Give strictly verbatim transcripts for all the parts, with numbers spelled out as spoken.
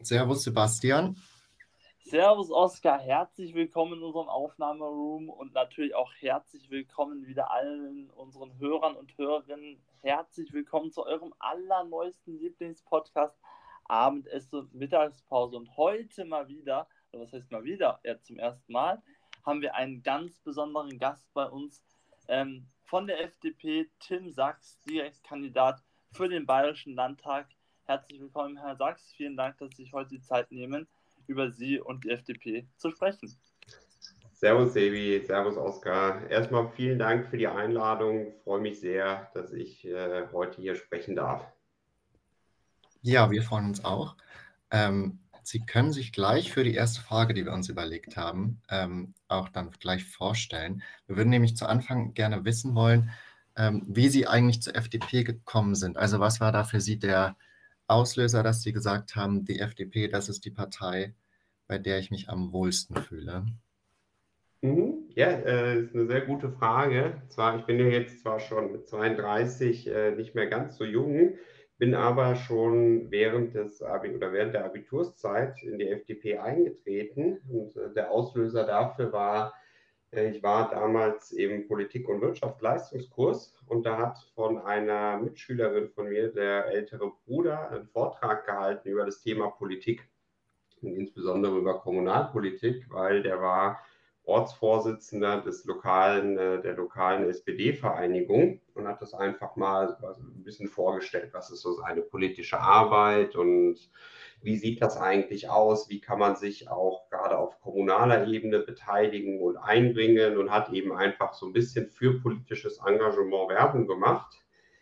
Servus Sebastian. Servus Oskar, herzlich willkommen in unserem Aufnahmeroom und natürlich auch herzlich willkommen wieder allen unseren Hörern und Hörerinnen. Herzlich willkommen zu eurem allerneuesten Lieblingspodcast Abendessen und Mittagspause. Und heute mal wieder, oder was heißt mal wieder, ja zum ersten Mal, haben wir einen ganz besonderen Gast bei uns ähm, von der F D P, Tim Sachs, Direktkandidat für den Bayerischen Landtag. Herzlich willkommen, Herr Sachs. Vielen Dank, dass Sie sich heute die Zeit nehmen, über Sie und die F D P zu sprechen. Servus Sebi, servus Oskar. Erstmal vielen Dank für die Einladung. Ich freue mich sehr, dass ich äh, heute hier sprechen darf. Ja, wir freuen uns auch. Ähm, Sie können sich gleich für die erste Frage, die wir uns überlegt haben, ähm, auch dann gleich vorstellen. Wir würden nämlich zu Anfang gerne wissen wollen, ähm, wie Sie eigentlich zur F D P gekommen sind. Also was war da für Sie der Auslöser, dass Sie gesagt haben, die F D P, das ist die Partei, bei der ich mich am wohlsten fühle? Mhm. Ja, äh, ist eine sehr gute Frage. Zwar, ich bin ja jetzt zwar schon mit zweiunddreißig äh, nicht mehr ganz so jung, bin aber schon während des Abi oder während der Abiturszeit in die F D P eingetreten. Und äh, der Auslöser dafür war, äh, ich war damals im Politik- und Wirtschaftsleistungskurs und da hat von einer Mitschülerin von mir der ältere Bruder einen Vortrag gehalten über das Thema Politik und insbesondere über Kommunalpolitik, weil der war Ortsvorsitzender des lokalen, äh, der lokalen S P D-Vereinigung und hat das einfach mal ein bisschen vorgestellt, was ist so seine politische Arbeit und wie sieht das eigentlich aus, wie kann man sich auch gerade auf kommunaler Ebene beteiligen und einbringen und hat eben einfach so ein bisschen für politisches Engagement Werbung gemacht.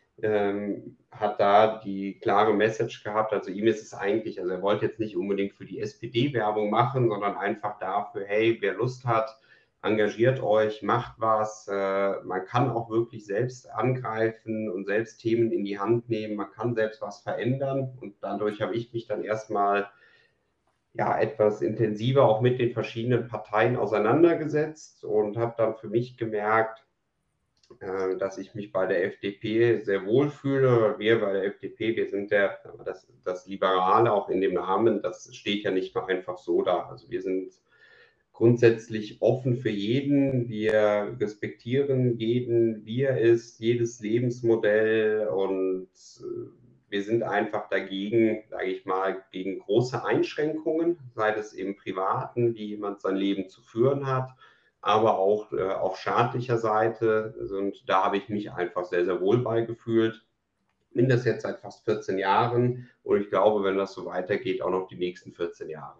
Ähm, hat da die klare Message gehabt, also ihm ist es eigentlich, also er wollte jetzt nicht unbedingt für die S P D Werbung machen, sondern einfach dafür, hey, wer Lust hat, engagiert euch, macht was, äh, man kann auch wirklich selbst angreifen und selbst Themen in die Hand nehmen, man kann selbst was verändern und dadurch habe ich mich dann erstmal ja, etwas intensiver auch mit den verschiedenen Parteien auseinandergesetzt und habe dann für mich gemerkt, dass ich mich bei der F D P sehr wohl fühle. Wir bei der F D P, wir sind der, das, das Liberale auch in dem Namen, das steht ja nicht nur einfach so da. Also wir sind grundsätzlich offen für jeden. Wir respektieren jeden, wie er ist, jedes Lebensmodell und wir sind einfach dagegen, sage ich mal, gegen große Einschränkungen, sei es im Privaten, wie jemand sein Leben zu führen hat, aber auch äh, auf staatlicher Seite. Und da habe ich mich einfach sehr, sehr wohl beigefühlt. Bin das jetzt seit fast vierzehn Jahren und ich glaube, wenn das so weitergeht, auch noch die nächsten vierzehn Jahre.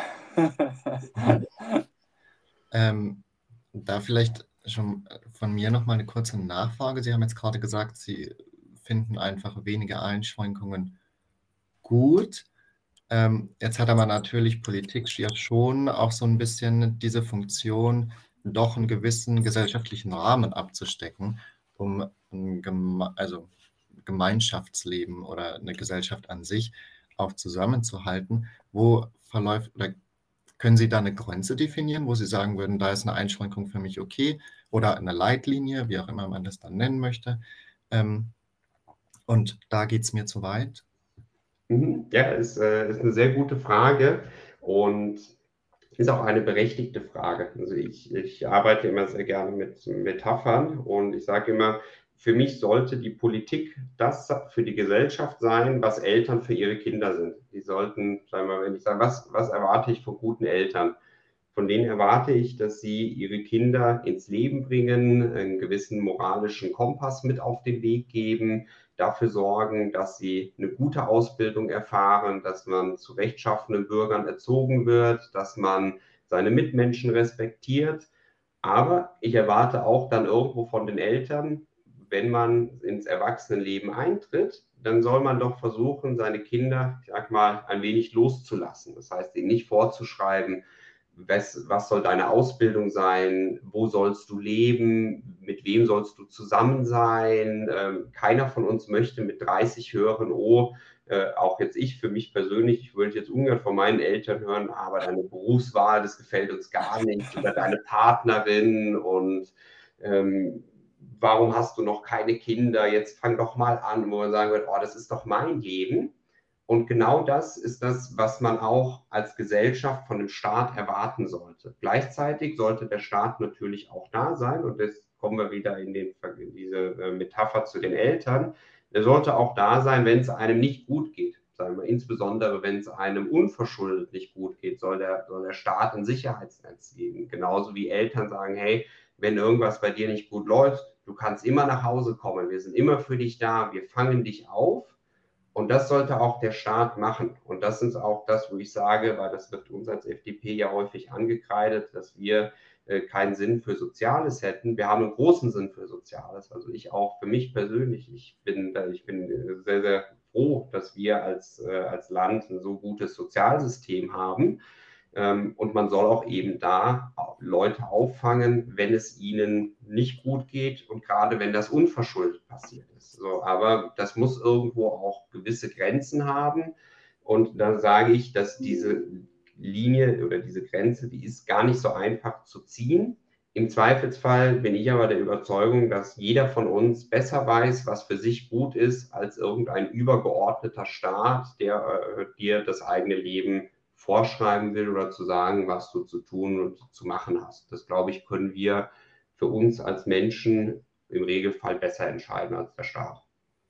ähm, da vielleicht schon von mir noch mal eine kurze Nachfrage. Sie haben jetzt gerade gesagt, Sie finden einfach weniger Einschränkungen gut. Ähm, jetzt hat aber natürlich Politik ja schon auch so ein bisschen diese Funktion, doch einen gewissen gesellschaftlichen Rahmen abzustecken, um ein Geme also Gemeinschaftsleben oder eine Gesellschaft an sich auch zusammenzuhalten. Wo verläuft oder können Sie da eine Grenze definieren, wo Sie sagen würden, da ist eine Einschränkung für mich okay oder eine Leitlinie, wie auch immer man das dann nennen möchte, ähm, und da geht es mir zu weit? Ja, ist, äh, ist eine sehr gute Frage und ist auch eine berechtigte Frage. Also ich, ich arbeite immer sehr gerne mit Metaphern und ich sage immer, für mich sollte die Politik das für die Gesellschaft sein, was Eltern für ihre Kinder sind. Die sollten, sagen wir mal, wenn ich sage, was, was erwarte ich von guten Eltern? Von denen erwarte ich, dass sie ihre Kinder ins Leben bringen, einen gewissen moralischen Kompass mit auf den Weg geben, dafür sorgen, dass sie eine gute Ausbildung erfahren, dass man zu rechtschaffenen Bürgern erzogen wird, dass man seine Mitmenschen respektiert. Aber ich erwarte auch dann irgendwo von den Eltern, wenn man ins Erwachsenenleben eintritt, dann soll man doch versuchen, seine Kinder, ich sag mal, ein wenig loszulassen. Das heißt, ihnen nicht vorzuschreiben, was, was soll deine Ausbildung sein, wo sollst du leben, mit wem sollst du zusammen sein. Ähm, keiner von uns möchte mit dreißig hören, oh, äh, auch jetzt ich für mich persönlich, ich würde jetzt ungern von meinen Eltern hören, aber deine Berufswahl, das gefällt uns gar nicht, oder deine Partnerin und ähm, warum hast du noch keine Kinder, jetzt fang doch mal an, wo man sagen wird, oh, das ist doch mein Leben. Und genau das ist das, was man auch als Gesellschaft von dem Staat erwarten sollte. Gleichzeitig sollte der Staat natürlich auch da sein, und jetzt kommen wir wieder in, den, in diese Metapher zu den Eltern. Er sollte auch da sein, wenn es einem nicht gut geht. Sagen wir, insbesondere wenn es einem unverschuldet nicht gut geht, soll der, soll der Staat ein Sicherheitsnetz geben. Genauso wie Eltern sagen, hey, wenn irgendwas bei dir nicht gut läuft, du kannst immer nach Hause kommen, wir sind immer für dich da, wir fangen dich auf. Und das sollte auch der Staat machen. Und das ist auch das, wo ich sage, weil das wird uns als F D P ja häufig angekreidet, dass wir äh, keinen Sinn für Soziales hätten. Wir haben einen großen Sinn für Soziales. Also ich auch für mich persönlich. Ich bin, ich bin sehr, sehr froh, dass wir als, äh, als Land ein so gutes Sozialsystem haben. Ähm, und man soll auch eben da Leute auffangen, wenn es ihnen nicht gut geht und gerade wenn das unverschuldet passiert ist. So, aber das muss irgendwo auch gewisse Grenzen haben. Und da sage ich, dass diese Linie oder diese Grenze, die ist gar nicht so einfach zu ziehen. Im Zweifelsfall bin ich aber der Überzeugung, dass jeder von uns besser weiß, was für sich gut ist, als irgendein übergeordneter Staat, der äh, dir das eigene Leben vorschreiben will oder zu sagen, was du zu tun und zu machen hast. Das, glaube ich, können wir für uns als Menschen im Regelfall besser entscheiden als der Staat.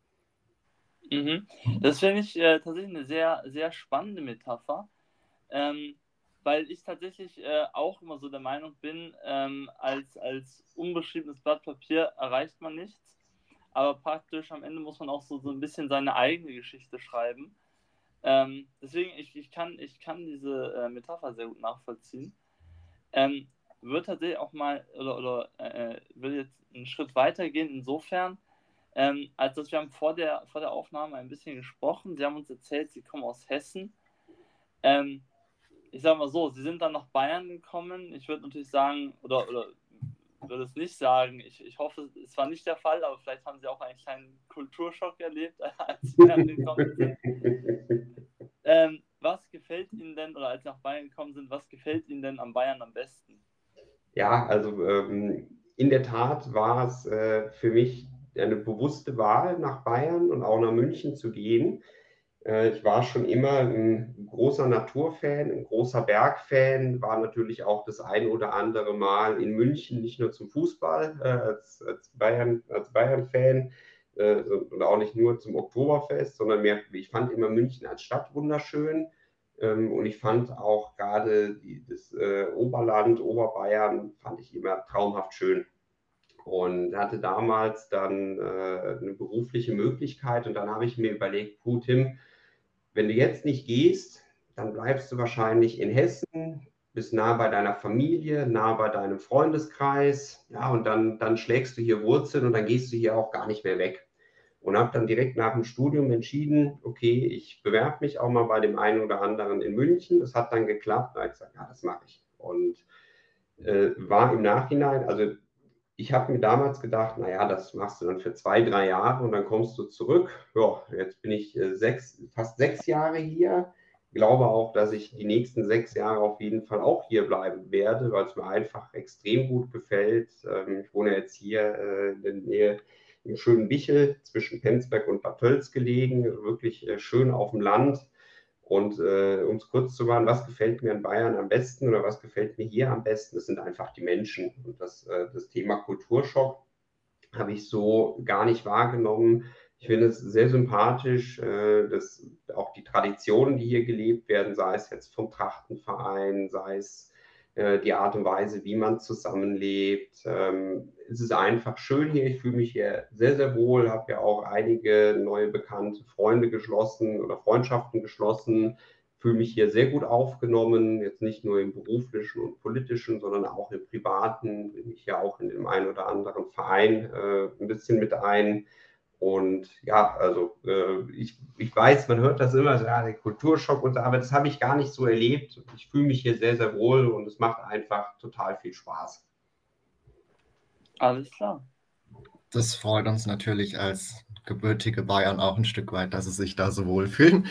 Mhm. Das finde ich äh, tatsächlich eine sehr, sehr spannende Metapher, ähm, weil ich tatsächlich äh, auch immer so der Meinung bin, ähm, als, als unbeschriebenes Blatt Papier erreicht man nichts, aber praktisch am Ende muss man auch so, so ein bisschen seine eigene Geschichte schreiben. Ähm, deswegen, ich, ich, kann, ich kann diese äh, Metapher sehr gut nachvollziehen. Ähm, würde tatsächlich auch mal, oder, oder äh, will jetzt einen Schritt weiter gehen, insofern, ähm, als dass wir haben vor der, vor der Aufnahme ein bisschen gesprochen. Sie haben uns erzählt, Sie kommen aus Hessen. Ähm, ich sage mal so, Sie sind dann nach Bayern gekommen. Ich würde natürlich sagen, oder, oder würde es nicht sagen, ich, ich hoffe, es war nicht der Fall, aber vielleicht haben Sie auch einen kleinen Kulturschock erlebt, als Sie Bayern gekommen sind. Ähm, was gefällt Ihnen denn, oder als Sie nach Bayern gekommen sind, was gefällt Ihnen denn am Bayern am besten? Ja, also ähm, in der Tat war es äh, für mich eine bewusste Wahl, nach Bayern und auch nach München zu gehen. Äh, ich war schon immer ein großer Naturfan, ein großer Bergfan, war natürlich auch das ein oder andere Mal in München, nicht nur zum Fußball äh, als, als Bayern, als Bayern-Fan äh, und auch nicht nur zum Oktoberfest, sondern mehr, ich fand immer München als Stadt wunderschön. Ähm, und ich fand auch gerade die, das äh, Oberland, Oberbayern, fand ich immer traumhaft schön. Und hatte damals dann äh, eine berufliche Möglichkeit. Und dann habe ich mir überlegt, puh, Tim, wenn du jetzt nicht gehst, dann bleibst du wahrscheinlich in Hessen, bist nah bei deiner Familie, nah bei deinem Freundeskreis. Ja, und dann, dann schlägst du hier Wurzeln und dann gehst du hier auch gar nicht mehr weg. Und habe dann direkt nach dem Studium entschieden, okay, ich bewerbe mich auch mal bei dem einen oder anderen in München. Das hat dann geklappt. Da habe ich gesagt, ja, das mache ich. Und äh, war im Nachhinein, also ich habe mir damals gedacht, naja, das machst du dann für zwei, drei Jahre und dann kommst du zurück. Ja, jetzt bin ich äh, sechs, fast sechs Jahre hier. Glaube auch, dass ich die nächsten sechs Jahre auf jeden Fall auch hier bleiben werde, weil es mir einfach extrem gut gefällt. Ähm, ich wohne jetzt hier äh, in der Nähe im schönen Bichel zwischen Penzberg und Bad Tölz gelegen, wirklich äh, schön auf dem Land. Und äh, um es kurz zu machen, was gefällt mir in Bayern am besten oder was gefällt mir hier am besten, das sind einfach die Menschen. Und das, äh, das Thema Kulturschock habe ich so gar nicht wahrgenommen. Ich finde es sehr sympathisch, äh, dass auch die Traditionen, die hier gelebt werden, sei es jetzt vom Trachtenverein, sei es äh, die Art und Weise, wie man zusammenlebt. Ähm, es ist einfach schön hier. Ich fühle mich hier sehr, sehr wohl, habe ja auch einige neue bekannte Freunde geschlossen oder Freundschaften geschlossen. Fühle mich hier sehr gut aufgenommen, jetzt nicht nur im beruflichen und politischen, sondern auch im privaten. Bin ich ja auch in dem einen oder anderen Verein äh, ein bisschen mit ein. Und ja, also äh, ich, ich weiß, man hört das immer, so, ja, der Kulturschock und so, aber das habe ich gar nicht so erlebt. Ich fühle mich hier sehr, sehr wohl und es macht einfach total viel Spaß. Alles klar. Das freut uns natürlich als gebürtige Bayern auch ein Stück weit, dass Sie sich da so wohlfühlen.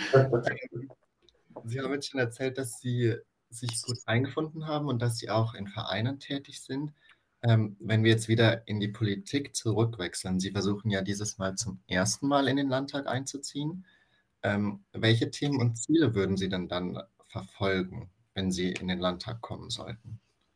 Sie haben jetzt schon erzählt, dass Sie sich gut eingefunden haben und dass Sie auch in Vereinen tätig sind. Ähm, wenn wir jetzt wieder in die Politik zurückwechseln, Sie versuchen ja dieses Mal zum ersten Mal in den Landtag einzuziehen. Ähm, welche Themen und Ziele würden Sie denn dann verfolgen, wenn Sie in den Landtag kommen sollten?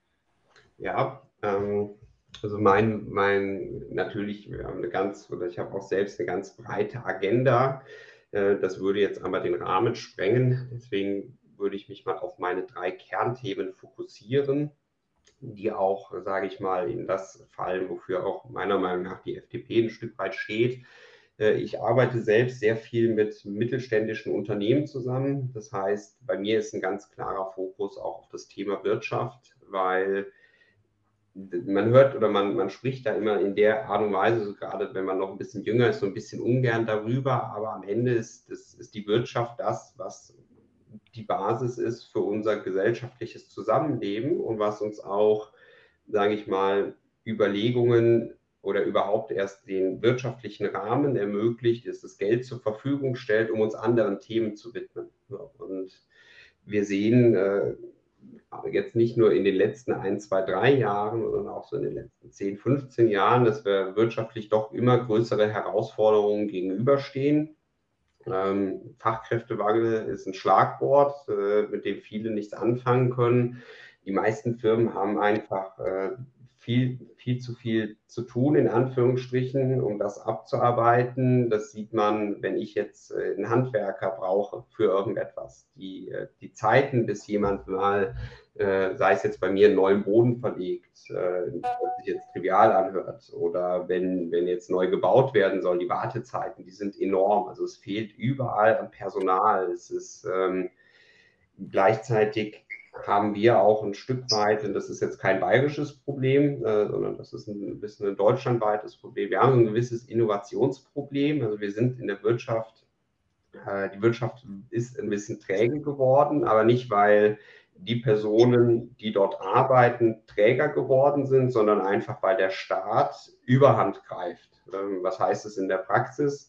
Ja, ähm, also mein, mein, natürlich, wir haben eine ganz, oder ich habe auch selbst eine ganz breite Agenda. Äh, das würde jetzt aber den Rahmen sprengen. Deswegen würde ich mich mal auf meine drei Kernthemen fokussieren, die auch, sage ich mal, in das fallen, wofür auch meiner Meinung nach die F D P ein Stück weit steht. Ich arbeite selbst sehr viel mit mittelständischen Unternehmen zusammen. Das heißt, bei mir ist ein ganz klarer Fokus auch auf das Thema Wirtschaft, weil man hört oder man, man spricht da immer in der Art und Weise, so gerade wenn man noch ein bisschen jünger ist, so ein bisschen ungern darüber. Aber am Ende ist, das, ist die Wirtschaft das, was die Basis ist für unser gesellschaftliches Zusammenleben und was uns auch, sage ich mal, Überlegungen oder überhaupt erst den wirtschaftlichen Rahmen ermöglicht, ist das Geld zur Verfügung stellt, um uns anderen Themen zu widmen. Und wir sehen äh, jetzt nicht nur in den letzten ein, zwei, drei Jahren, sondern auch so in den letzten zehn, fünfzehn Jahren, dass wir wirtschaftlich doch immer größere Herausforderungen gegenüberstehen. Ähm, Fachkräftemangel ist ein Schlagwort, äh, mit dem viele nichts anfangen können. Die meisten Firmen haben einfach äh, viel, viel zu viel zu tun, in Anführungsstrichen, um das abzuarbeiten. Das sieht man, wenn ich jetzt äh, einen Handwerker brauche für irgendetwas. Die, äh, die Zeiten, bis jemand mal, äh, sei es jetzt bei mir, einen neuen Boden verlegt, äh, was sich jetzt trivial anhört, oder wenn, wenn jetzt neu gebaut werden soll, die Wartezeiten, die sind enorm. Also es fehlt überall an Personal. Es ist ähm, gleichzeitig haben wir auch ein Stück weit, und das ist jetzt kein bayerisches Problem, äh, sondern das ist ein bisschen ein deutschlandweites Problem. Wir haben ein gewisses Innovationsproblem. Also wir sind in der Wirtschaft, äh, die Wirtschaft ist ein bisschen träge geworden, aber nicht, weil die Personen, die dort arbeiten, träger geworden sind, sondern einfach, weil der Staat Überhand greift. Ähm, was heißt es in der Praxis?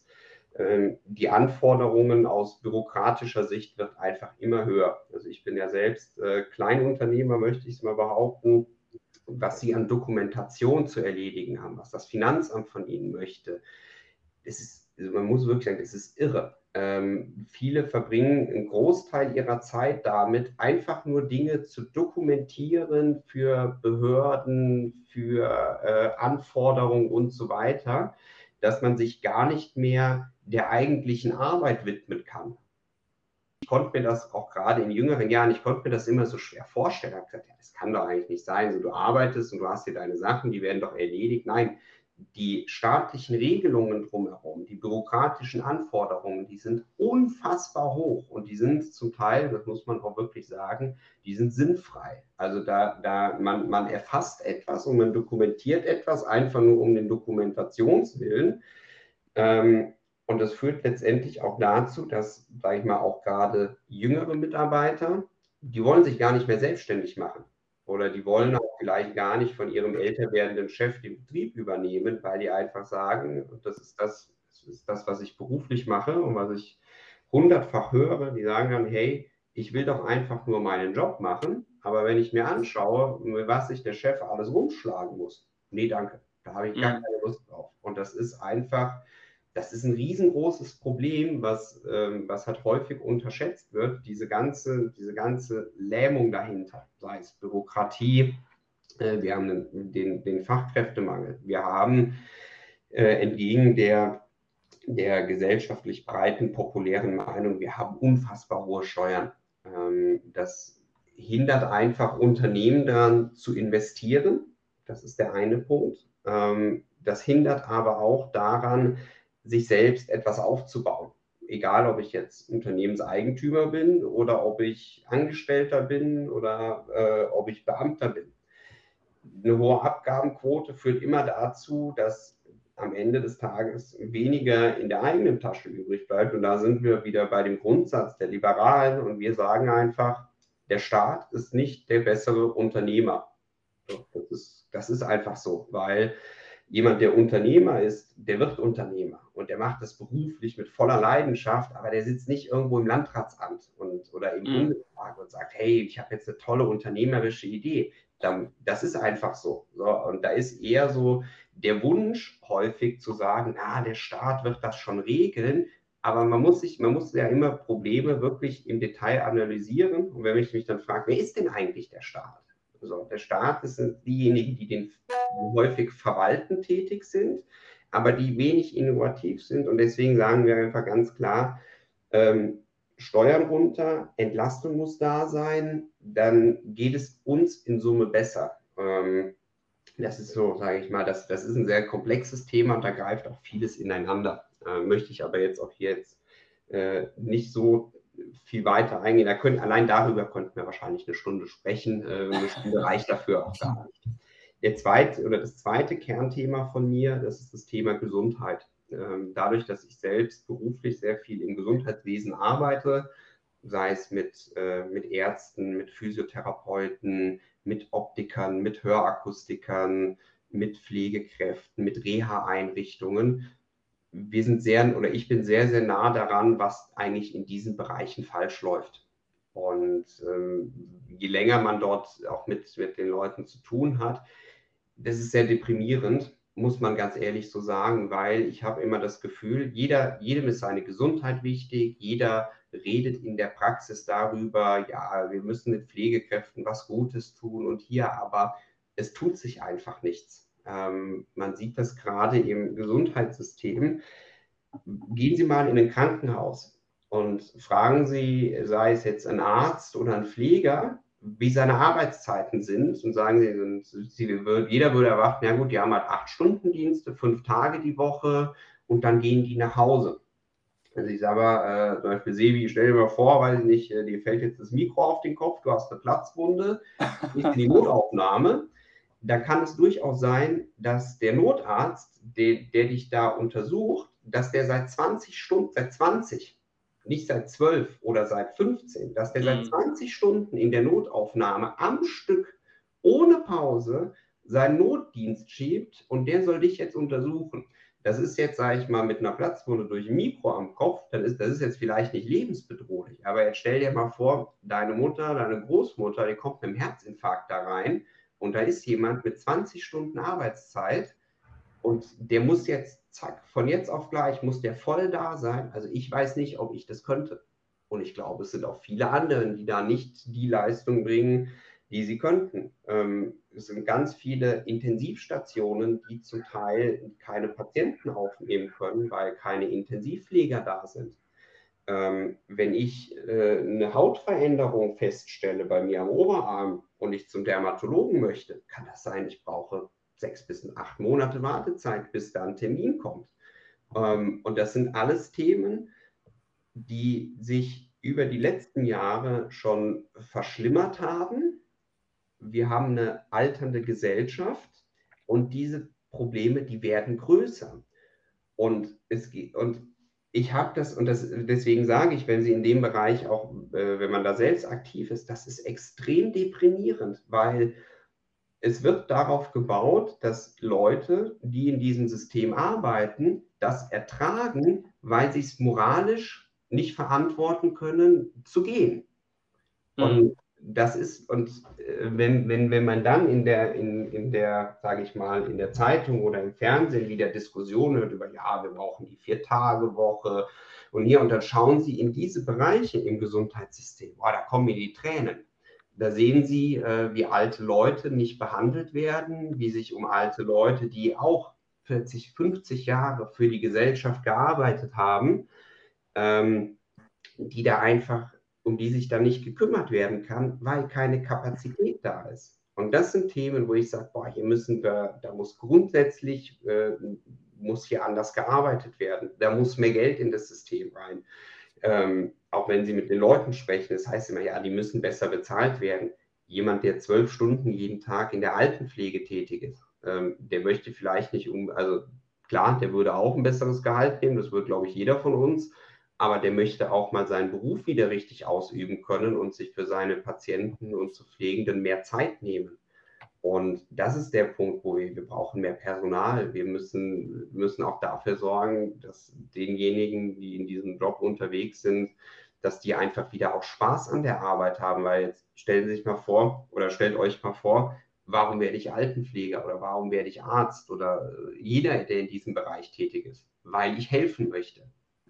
Die Anforderungen aus bürokratischer Sicht wird einfach immer höher. Also ich bin ja selbst äh, Kleinunternehmer, möchte ich es mal behaupten. Was Sie an Dokumentation zu erledigen haben, was das Finanzamt von Ihnen möchte, es ist, also man muss wirklich sagen, es ist irre. Ähm, viele verbringen einen Großteil ihrer Zeit damit, einfach nur Dinge zu dokumentieren für Behörden, für äh, Anforderungen und so weiter, dass man sich gar nicht mehr der eigentlichen Arbeit widmen kann. Ich konnte mir das auch gerade in jüngeren Jahren, ich konnte mir das immer so schwer vorstellen. Ich habe gesagt, ja, das kann doch eigentlich nicht sein. So, du arbeitest und du hast hier deine Sachen, die werden doch erledigt. Nein, die staatlichen Regelungen drumherum, die bürokratischen Anforderungen, die sind unfassbar hoch und die sind zum Teil, das muss man auch wirklich sagen, die sind sinnfrei. Also da, da man, man erfasst etwas und man dokumentiert etwas einfach nur um den Dokumentationswillen. Ähm, und das führt letztendlich auch dazu, dass, sage ich mal, auch gerade jüngere Mitarbeiter, die wollen sich gar nicht mehr selbstständig machen. Oder die wollen auch vielleicht gar nicht von ihrem älter werdenden Chef den Betrieb übernehmen, weil die einfach sagen, und das ist das, das ist das, was ich beruflich mache und was ich hundertfach höre, die sagen dann, hey, ich will doch einfach nur meinen Job machen, aber wenn ich mir anschaue, was sich der Chef alles rumschlagen muss, nee, danke, da habe ich gar keine Lust drauf. Und das ist einfach, das ist ein riesengroßes Problem, was, ähm, was halt häufig unterschätzt wird, diese ganze, diese ganze Lähmung dahinter, sei es Bürokratie, äh, wir haben den, den, den Fachkräftemangel, wir haben äh, entgegen der, der gesellschaftlich breiten, populären Meinung, wir haben unfassbar hohe Steuern. Ähm, das hindert einfach Unternehmen daran zu investieren, das ist der eine Punkt. Ähm, das hindert aber auch daran, sich selbst etwas aufzubauen. Egal, ob ich jetzt Unternehmenseigentümer bin oder ob ich Angestellter bin oder äh, ob ich Beamter bin. Eine hohe Abgabenquote führt immer dazu, dass am Ende des Tages weniger in der eigenen Tasche übrig bleibt. Und da sind wir wieder bei dem Grundsatz der Liberalen. Und wir sagen einfach, der Staat ist nicht der bessere Unternehmer. Das ist, das ist einfach so, weil jemand, der Unternehmer ist, der wird Unternehmer und der macht das beruflich mit voller Leidenschaft, aber der sitzt nicht irgendwo im Landratsamt und, oder im mhm. Bundestag und sagt, hey, ich habe jetzt eine tolle unternehmerische Idee. Das ist einfach so. so. Und da ist eher so der Wunsch häufig zu sagen, na, der Staat wird das schon regeln, Aber man muss sich, man muss ja immer Probleme wirklich im Detail analysieren. Und wenn ich mich dann frage, wer ist denn eigentlich der Staat? Also der Staat, das sind diejenigen, die den häufig verwalten tätig sind, aber die wenig innovativ sind. Und deswegen sagen wir einfach ganz klar, ähm, Steuern runter, Entlastung muss da sein, dann geht es uns in Summe besser. Ähm, das ist so, sage ich mal, das, das ist ein sehr komplexes Thema und da greift auch vieles ineinander. Äh, möchte ich aber jetzt auch hier jetzt äh, nicht so viel weiter eingehen. Da können, allein darüber könnten wir wahrscheinlich eine Stunde sprechen. Äh, eine Stunde reicht dafür auch gar nicht. Der zweite oder das zweite Kernthema von mir, das ist das Thema Gesundheit. Ähm, dadurch, dass ich selbst beruflich sehr viel im Gesundheitswesen arbeite, sei es mit, äh, mit Ärzten, mit Physiotherapeuten, mit Optikern, mit Hörakustikern, mit Pflegekräften, mit Reha-Einrichtungen. Wir sind sehr, oder ich bin sehr, sehr nah daran, was eigentlich in diesen Bereichen falsch läuft. Und ähm, je länger man dort auch mit, mit den Leuten zu tun hat, das ist sehr deprimierend, muss man ganz ehrlich so sagen, weil ich habe immer das Gefühl, jeder, jedem ist seine Gesundheit wichtig, jeder redet in der Praxis darüber, ja, wir müssen mit Pflegekräften was Gutes tun und hier, aber es tut sich einfach nichts. Ähm, man sieht das gerade im Gesundheitssystem. Gehen Sie mal in ein Krankenhaus und fragen Sie, sei es jetzt ein Arzt oder ein Pfleger, wie seine Arbeitszeiten sind und sagen Sie, Sie jeder würde erwarten, ja gut, die haben halt acht Stunden Dienste, fünf Tage die Woche und dann gehen die nach Hause. Also ich sage mal, äh, zum Beispiel Sebi, stell dir mal vor, weiß ich nicht, äh, dir fällt jetzt das Mikro auf den Kopf, du hast eine Platzwunde, gehst in die Notaufnahme, da kann es durchaus sein, dass der Notarzt, der, der dich da untersucht, dass der seit zwanzig Stunden, seit zwanzig, nicht seit zwölf oder seit fünfzehn, dass der seit zwanzig Stunden in der Notaufnahme am Stück ohne Pause seinen Notdienst schiebt und der soll dich jetzt untersuchen. Das ist jetzt, sage ich mal, mit einer Platzwunde durch ein Mikro am Kopf, dann ist, das ist jetzt vielleicht nicht lebensbedrohlich, aber jetzt stell dir mal vor, deine Mutter, deine Großmutter, die kommt mit einem Herzinfarkt da rein und da ist jemand mit zwanzig Stunden Arbeitszeit und der muss jetzt, zack, von jetzt auf gleich muss der voll da sein. Also ich weiß nicht, ob ich das könnte. Und ich glaube, es sind auch viele andere, die da nicht die Leistung bringen, die sie könnten. Ähm, es sind ganz viele Intensivstationen, die zum Teil keine Patienten aufnehmen können, weil keine Intensivpfleger da sind. Ähm, wenn ich äh, eine Hautveränderung feststelle bei mir am Oberarm und ich zum Dermatologen möchte, kann das sein, ich brauche sechs bis acht Monate Wartezeit, bis da ein Termin kommt. Ähm, und das sind alles Themen, die sich über die letzten Jahre schon verschlimmert haben. Wir haben eine alternde Gesellschaft und diese Probleme, die werden größer. Und es geht, und ich habe das, und das, deswegen sage ich, wenn Sie in dem Bereich auch, äh, wenn man da selbst aktiv ist, das ist extrem deprimierend, weil es wird darauf gebaut, dass Leute, die in diesem System arbeiten, das ertragen, weil sie es moralisch nicht verantworten können, zu gehen. Und das ist, und äh, wenn, wenn, wenn man dann in der, in, in der, sage ich mal, in der Zeitung oder im Fernsehen wieder Diskussionen hört über, ja, wir brauchen die Vier-Tage-Woche und hier, und dann schauen Sie in diese Bereiche im Gesundheitssystem, oh, da kommen mir die Tränen. Da sehen Sie, äh, wie alte Leute nicht behandelt werden, wie sich um alte Leute, die auch vierzig, fünfzig Jahre für die Gesellschaft gearbeitet haben, ähm, die da einfach, um die sich dann nicht gekümmert werden kann, weil keine Kapazität da ist. Und das sind Themen, wo ich sage, boah, hier müssen wir, da muss grundsätzlich, äh, muss hier anders gearbeitet werden. Da muss mehr Geld in das System rein. Ähm, auch wenn Sie mit den Leuten sprechen, das heißt immer, ja, die müssen besser bezahlt werden. Jemand, der zwölf Stunden jeden Tag in der Altenpflege tätig ist, ähm, der möchte vielleicht nicht um, also klar, der würde auch ein besseres Gehalt nehmen, das wird, glaube ich, jeder von uns, aber der möchte auch mal seinen Beruf wieder richtig ausüben können und sich für seine Patienten und zu Pflegenden mehr Zeit nehmen. Und das ist der Punkt, wo wir, wir brauchen mehr Personal. Wir müssen, müssen auch dafür sorgen, dass denjenigen, die in diesem Job unterwegs sind, dass die einfach wieder auch Spaß an der Arbeit haben. Weil jetzt stellen Sie sich mal vor oder stellt euch mal vor, warum werde ich Altenpfleger oder warum werde ich Arzt oder jeder, der in diesem Bereich tätig ist? Weil ich helfen möchte.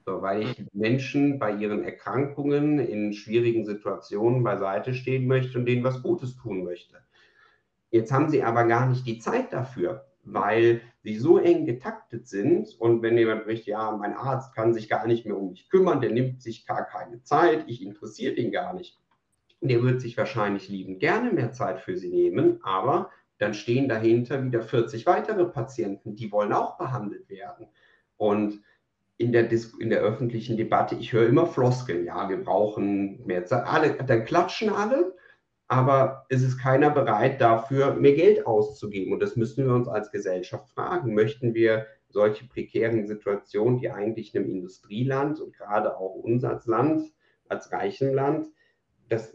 So, weil ich Menschen bei ihren Erkrankungen in schwierigen Situationen beiseite stehen möchte und denen was Gutes tun möchte. Jetzt haben sie aber gar nicht die Zeit dafür, weil sie so eng getaktet sind und wenn jemand spricht, ja, mein Arzt kann sich gar nicht mehr um mich kümmern, der nimmt sich gar keine Zeit, ich interessiere den gar nicht. Der wird sich wahrscheinlich liebend gerne mehr Zeit für sie nehmen, aber dann stehen dahinter wieder vierzig weitere Patienten, die wollen auch behandelt werden. Und in der, Dis in der öffentlichen Debatte, ich höre immer Floskeln, ja, wir brauchen mehr Zeit, alle, dann klatschen alle, aber es ist keiner bereit dafür, mehr Geld auszugeben. Und das müssen wir uns als Gesellschaft fragen. Möchten wir solche prekären Situationen, die eigentlich in einem Industrieland und gerade auch uns als Land, als reichem Land, das,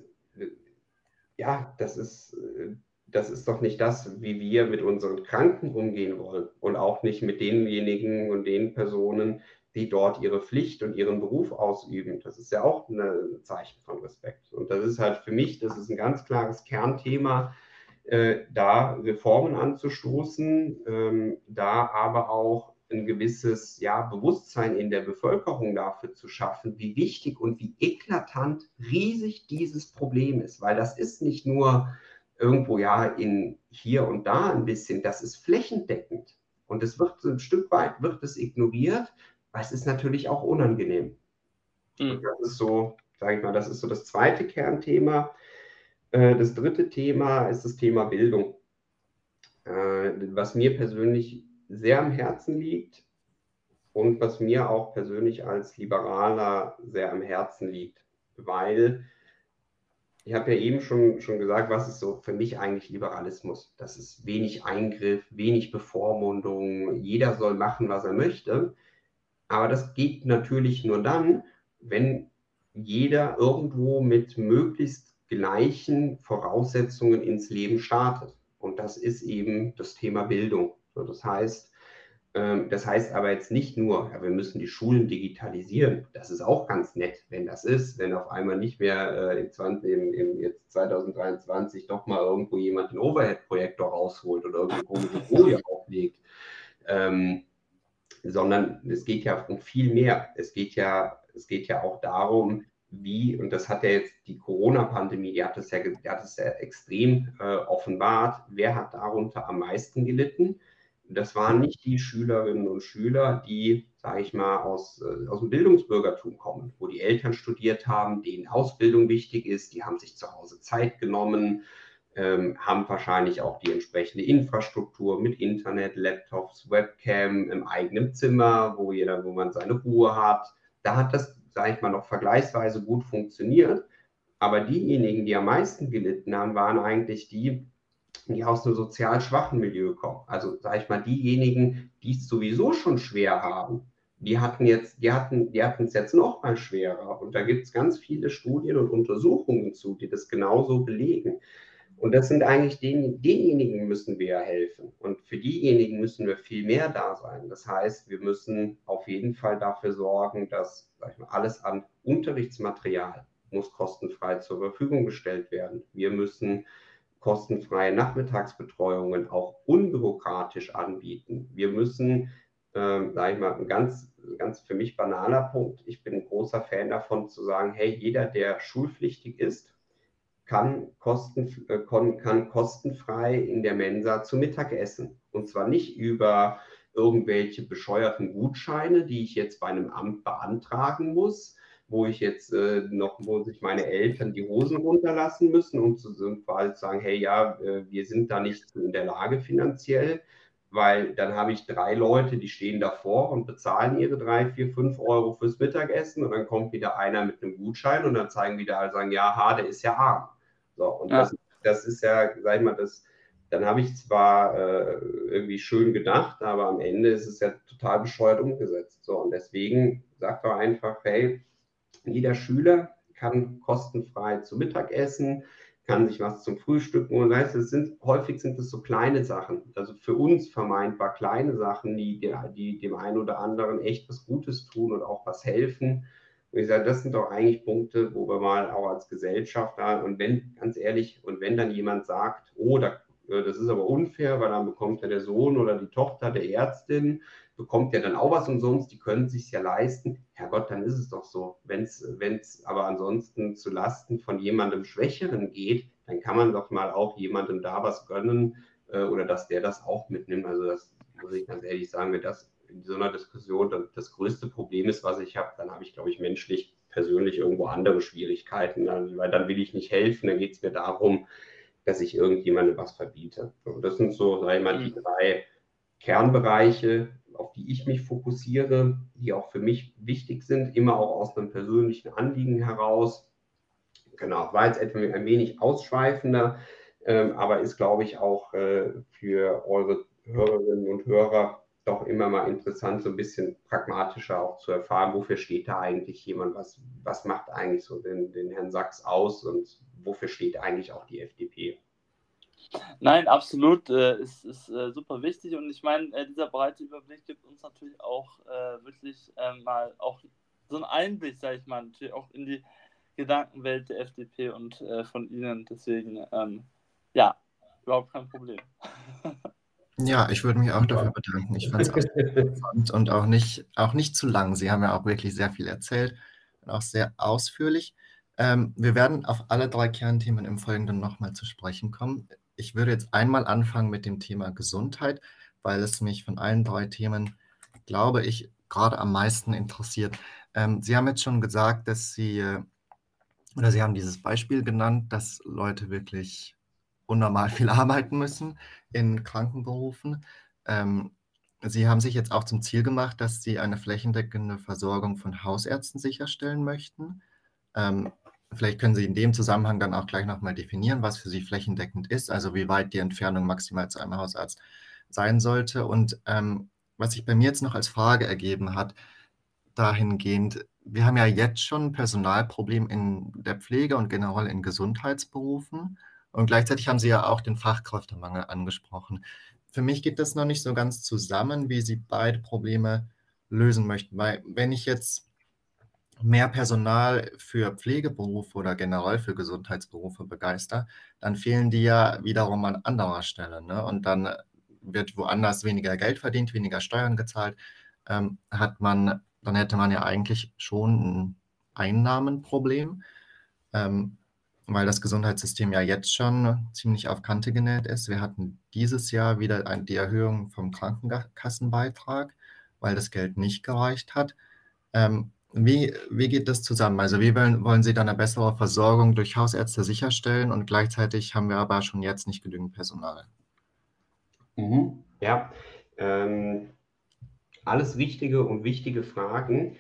ja, das ist, das ist doch nicht das, wie wir mit unseren Kranken umgehen wollen und auch nicht mit denjenigen und den Personen, die dort ihre Pflicht und ihren Beruf ausüben. Das ist ja auch ein Zeichen von Respekt. Und das ist halt für mich, das ist ein ganz klares Kernthema, äh, da Reformen anzustoßen, ähm, da aber auch ein gewisses ja, Bewusstsein in der Bevölkerung dafür zu schaffen, wie wichtig und wie eklatant riesig dieses Problem ist. Weil das ist nicht nur irgendwo ja in hier und da ein bisschen, das ist flächendeckend. Und es wird so ein Stück weit wird es ignoriert, weil es ist natürlich auch unangenehm. Mhm. Und das ist so, sage ich mal, das ist so das zweite Kernthema. Das dritte Thema ist das Thema Bildung, was mir persönlich sehr am Herzen liegt und was mir auch persönlich als Liberaler sehr am Herzen liegt, weil ich habe ja eben schon, schon gesagt, was ist so für mich eigentlich Liberalismus? Das ist wenig Eingriff, wenig Bevormundung, jeder soll machen, was er möchte. Aber das geht natürlich nur dann, wenn jeder irgendwo mit möglichst gleichen Voraussetzungen ins Leben startet. Und das ist eben das Thema Bildung. Das heißt, das heißt aber jetzt nicht nur, ja, wir müssen die Schulen digitalisieren. Das ist auch ganz nett, wenn das ist, wenn auf einmal nicht mehr äh, im, zwanzig, im, im jetzt zwanzig dreiundzwanzig doch mal irgendwo jemand einen Overhead-Projektor rausholt oder irgendwo eine Folie auflegt. Ähm, sondern es geht ja um viel mehr. Es geht ja, es geht ja auch darum, wie, und das hat ja jetzt die Corona-Pandemie, die hat es ja, die hat es ja extrem äh, offenbart, wer hat darunter am meisten gelitten? Das waren nicht die Schülerinnen und Schüler, die, sage ich mal, aus, äh, aus dem Bildungsbürgertum kommen, wo die Eltern studiert haben, denen Ausbildung wichtig ist, die haben sich zu Hause Zeit genommen, ähm, haben wahrscheinlich auch die entsprechende Infrastruktur mit Internet, Laptops, Webcam im eigenen Zimmer, wo jeder, wo man seine Ruhe hat. Da hat das, sage ich mal, noch vergleichsweise gut funktioniert. Aber diejenigen, die am meisten gelitten haben, waren eigentlich die, die aus einem sozial schwachen Milieu kommen. Also, sage ich mal, diejenigen, die es sowieso schon schwer haben, die hatten jetzt, die hatten, die hatten es jetzt noch mal schwerer. Und da gibt es ganz viele Studien und Untersuchungen zu, die das genauso belegen. Und das sind eigentlich den, denjenigen müssen wir helfen. Und für diejenigen müssen wir viel mehr da sein. Das heißt, wir müssen auf jeden Fall dafür sorgen, dass, sag ich mal, alles an Unterrichtsmaterial muss kostenfrei zur Verfügung gestellt werden. Wir müssen kostenfreie Nachmittagsbetreuungen auch unbürokratisch anbieten. Wir müssen, äh, sage ich mal, ein ganz, ganz für mich banaler Punkt. Ich bin ein großer Fan davon zu sagen, hey, jeder, der schulpflichtig ist, kann, kosten, kann kostenfrei in der Mensa zu Mittag essen. Und zwar nicht über irgendwelche bescheuerten Gutscheine, die ich jetzt bei einem Amt beantragen muss, wo ich jetzt äh, noch, wo sich meine Eltern die Hosen runterlassen müssen, um zu sagen, hey, ja, äh, wir sind da nicht in der Lage finanziell, weil dann habe ich drei Leute, die stehen davor und bezahlen ihre drei, vier, fünf Euro fürs Mittagessen und dann kommt wieder einer mit einem Gutschein und dann zeigen wieder alle, sagen, ja, ha, der ist ja arm. So, und ja. das, das ist ja, sag ich mal, das, dann habe ich zwar äh, irgendwie schön gedacht, aber am Ende ist es ja total bescheuert umgesetzt. So, und deswegen sagt doch einfach, hey, jeder Schüler kann kostenfrei zu Mittag essen, kann sich was zum Frühstücken und weißt, es sind, häufig sind es so kleine Sachen, also für uns vermeintbar kleine Sachen, die, die dem einen oder anderen echt was Gutes tun und auch was helfen. Und ich sage, das sind doch eigentlich Punkte, wo wir mal auch als Gesellschaft da, und wenn, ganz ehrlich, und wenn dann jemand sagt, oh, da das ist aber unfair, weil dann bekommt ja der Sohn oder die Tochter der Ärztin, bekommt ja dann auch was umsonst, die können es sich ja leisten. Herrgott, dann ist es doch so. Wenn es aber ansonsten zu Lasten von jemandem Schwächeren geht, dann kann man doch mal auch jemandem da was gönnen äh, oder dass der das auch mitnimmt. Also das muss ich ganz ehrlich sagen, wenn das in so einer Diskussion das, das größte Problem ist, was ich habe, dann habe ich, glaube ich, menschlich persönlich irgendwo andere Schwierigkeiten, dann, weil dann will ich nicht helfen, dann geht es mir darum, dass ich irgendjemandem was verbiete. Und das sind so, sage ich mal, die drei Kernbereiche, auf die ich mich fokussiere, die auch für mich wichtig sind, immer auch aus einem persönlichen Anliegen heraus. Genau, war jetzt etwa ein wenig ausschweifender, ähm, aber ist, glaube ich, auch äh, für eure Hörerinnen und Hörer doch immer mal interessant, so ein bisschen pragmatischer auch zu erfahren, wofür steht da eigentlich jemand, was, was macht eigentlich so den, den Herrn Sachs aus und wofür steht eigentlich auch die F D P? Nein, absolut, äh, ist, ist äh, super wichtig und ich meine, äh, dieser breite Überblick gibt uns natürlich auch äh, wirklich äh, mal auch so einen Einblick, sage ich mal, natürlich auch in die Gedankenwelt der F D P und äh, von Ihnen, deswegen, ähm, ja, überhaupt kein Problem. Ja, ich würde mich auch dafür bedanken. Ich fand es auch sehr interessant und auch nicht, auch nicht zu lang. Sie haben ja auch wirklich sehr viel erzählt und auch sehr ausführlich. Ähm, wir werden auf alle drei Kernthemen im Folgenden nochmal zu sprechen kommen. Ich würde jetzt einmal anfangen mit dem Thema Gesundheit, weil es mich von allen drei Themen, glaube ich, gerade am meisten interessiert. Ähm, Sie haben jetzt schon gesagt, dass Sie, äh, oder Sie haben dieses Beispiel genannt, dass Leute wirklich unnormal viel arbeiten müssen in Krankenberufen. Ähm, Sie haben sich jetzt auch zum Ziel gemacht, dass Sie eine flächendeckende Versorgung von Hausärzten sicherstellen möchten. Ähm, vielleicht können Sie in dem Zusammenhang dann auch gleich nochmal definieren, was für Sie flächendeckend ist, also wie weit die Entfernung maximal zu einem Hausarzt sein sollte. Und ähm, was sich bei mir jetzt noch als Frage ergeben hat, dahingehend, wir haben ja jetzt schon ein Personalproblem in der Pflege und generell in Gesundheitsberufen. Und gleichzeitig haben Sie ja auch den Fachkräftemangel angesprochen. Für mich geht das noch nicht so ganz zusammen, wie Sie beide Probleme lösen möchten. Weil wenn ich jetzt mehr Personal für Pflegeberufe oder generell für Gesundheitsberufe begeister, dann fehlen die ja wiederum an anderer Stelle. Ne? Und dann wird woanders weniger Geld verdient, weniger Steuern gezahlt. Ähm, hat man, dann hätte man ja eigentlich schon ein Einnahmenproblem, ähm, weil das Gesundheitssystem ja jetzt schon ziemlich auf Kante genäht ist. Wir hatten dieses Jahr wieder ein, die Erhöhung vom Krankenkassenbeitrag, weil das Geld nicht gereicht hat. Ähm, wie, wie geht das zusammen? Also wie wollen, wollen Sie dann eine bessere Versorgung durch Hausärzte sicherstellen und gleichzeitig haben wir aber schon jetzt nicht genügend Personal? Mhm. Ja, ähm, alles richtige und wichtige Fragen.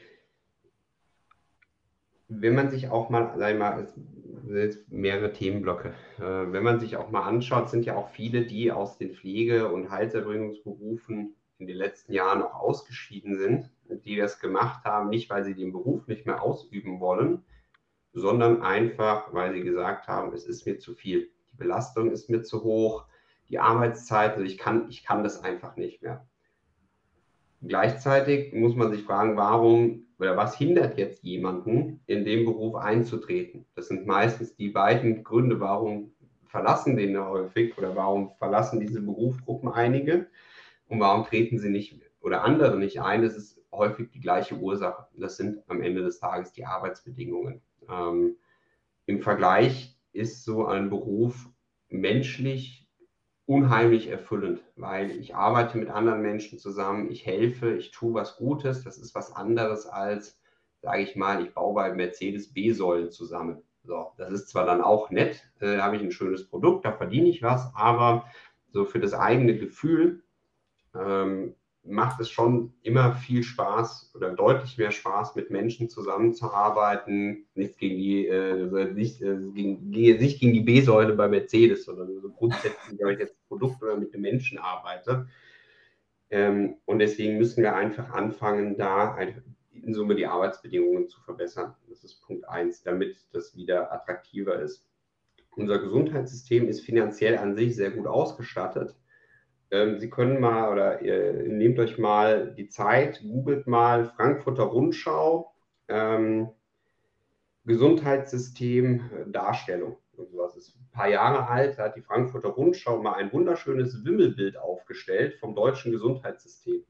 Wenn man sich auch mal, sag ich mal, es sind jetzt mehrere Themenblöcke, äh, wenn man sich auch mal anschaut, sind ja auch viele, die aus den Pflege- und Heilserbringungsberufen in den letzten Jahren auch ausgeschieden sind, die das gemacht haben, nicht weil sie den Beruf nicht mehr ausüben wollen, sondern einfach, weil sie gesagt haben, es ist mir zu viel. Die Belastung ist mir zu hoch, die Arbeitszeit, also ich kann, ich kann das einfach nicht mehr. Gleichzeitig muss man sich fragen, warum oder was hindert jetzt jemanden, in den Beruf einzutreten? Das sind meistens die beiden Gründe, warum verlassen den häufig oder warum verlassen diese Berufsgruppen einige und warum treten sie nicht oder andere nicht ein. Das ist häufig die gleiche Ursache. Das sind am Ende des Tages die Arbeitsbedingungen. Ähm, Im Vergleich ist so ein Beruf menschlich unheimlich erfüllend, weil ich arbeite mit anderen Menschen zusammen, ich helfe, ich tue was Gutes. Das ist was anderes als, sage ich mal, ich baue bei Mercedes B-Säulen zusammen. So, das ist zwar dann auch nett, äh, da habe ich ein schönes Produkt, da verdiene ich was, aber so für das eigene Gefühl ähm, macht es schon immer viel Spaß oder deutlich mehr Spaß, mit Menschen zusammenzuarbeiten. Nichts gegen die, äh, nicht, äh, gegen, nicht gegen die B-Säule bei Mercedes, sondern so grundsätzlich, wenn ich jetzt Produkt oder mit den Menschen arbeite. Ähm, und deswegen müssen wir einfach anfangen, da in Summe die Arbeitsbedingungen zu verbessern. Das ist Punkt eins, damit das wieder attraktiver ist. Unser Gesundheitssystem ist finanziell an sich sehr gut ausgestattet. Sie können mal oder ihr nehmt euch mal die Zeit, googelt mal Frankfurter Rundschau, ähm, Gesundheitssystem Darstellung. und sowas ist ein paar Jahre alt, da hat die Frankfurter Rundschau mal ein wunderschönes Wimmelbild aufgestellt vom deutschen Gesundheitssystem.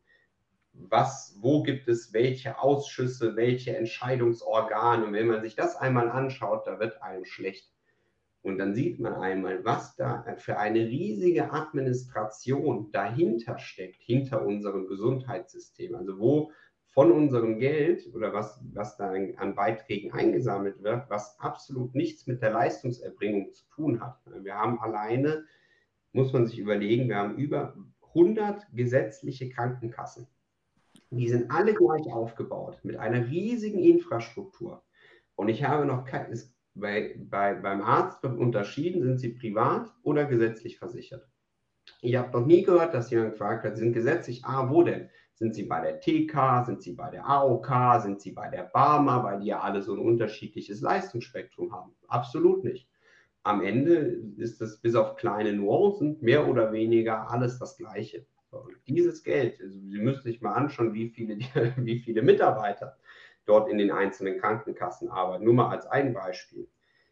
Was, wo gibt es welche Ausschüsse, welche Entscheidungsorgane? Und wenn man sich das einmal anschaut, da wird einem schlecht. Und dann sieht man einmal, was da für eine riesige Administration dahinter steckt, hinter unserem Gesundheitssystem. Also wo von unserem Geld oder was, was da an Beiträgen eingesammelt wird, was absolut nichts mit der Leistungserbringung zu tun hat. Wir haben alleine, muss man sich überlegen, wir haben über hundert gesetzliche Krankenkassen. Die sind alle gleich aufgebaut, mit einer riesigen Infrastruktur. Und ich habe noch kein, ist bei, bei, beim Arzt wird unterschieden, sind sie privat oder gesetzlich versichert. Ich habe noch nie gehört, dass jemand gefragt hat, sind gesetzlich, ah, wo denn? Sind sie bei der T K, sind sie bei der A O K, sind sie bei der Barmer, weil die ja alle so ein unterschiedliches Leistungsspektrum haben? Absolut nicht. Am Ende ist es bis auf kleine Nuancen mehr oder weniger alles das Gleiche. Und dieses Geld, also Sie müssen sich mal anschauen, wie viele, wie viele Mitarbeiter dort in den einzelnen Krankenkassen arbeiten. Nur mal als ein Beispiel.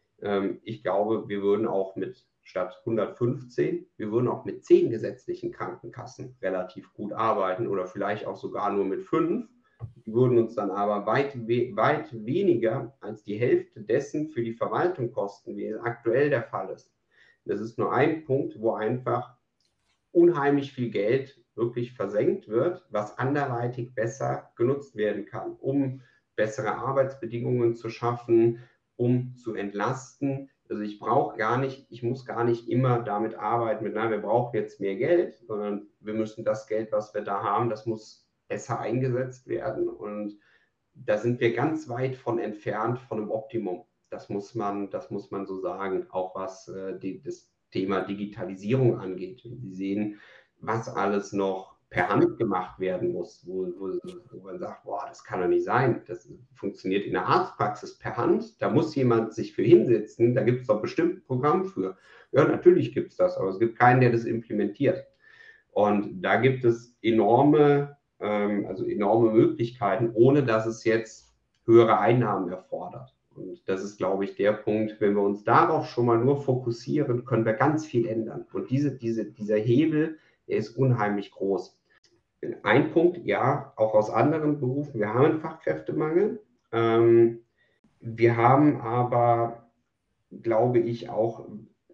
Ich glaube, wir würden auch mit statt hundertfünfzehn, wir würden auch mit zehn gesetzlichen Krankenkassen relativ gut arbeiten oder vielleicht auch sogar nur mit fünf. Die würden uns dann aber weit, weit weniger als die Hälfte dessen für die Verwaltung kosten, wie es aktuell der Fall ist. Das ist nur ein Punkt, wo einfach unheimlich viel Geld wirklich versenkt wird, was anderweitig besser genutzt werden kann, um bessere Arbeitsbedingungen zu schaffen, um zu entlasten. Also ich brauche gar nicht, ich muss gar nicht immer damit arbeiten, mit, na, wir brauchen jetzt mehr Geld, sondern wir müssen das Geld, was wir da haben, das muss besser eingesetzt werden. Und da sind wir ganz weit von entfernt von einem Optimum. Das muss man, das muss man so sagen, auch was äh, die, das Thema Digitalisierung angeht. Sie sehen, was alles noch per Hand gemacht werden muss, wo, wo, wo man sagt, boah, das kann doch nicht sein. Das funktioniert in der Arztpraxis per Hand. Da muss jemand sich für hinsetzen. Da gibt es doch bestimmt ein Programm für. Ja, natürlich gibt es das, aber es gibt keinen, der das implementiert. Und da gibt es enorme, ähm, also enorme Möglichkeiten, ohne dass es jetzt höhere Einnahmen erfordert. Und das ist, glaube ich, der Punkt, wenn wir uns darauf schon mal nur fokussieren, können wir ganz viel ändern. Und diese, diese, dieser Hebel, der ist unheimlich groß. Ein Punkt, ja, auch aus anderen Berufen, wir haben einen Fachkräftemangel. Ähm, wir haben aber, glaube ich, auch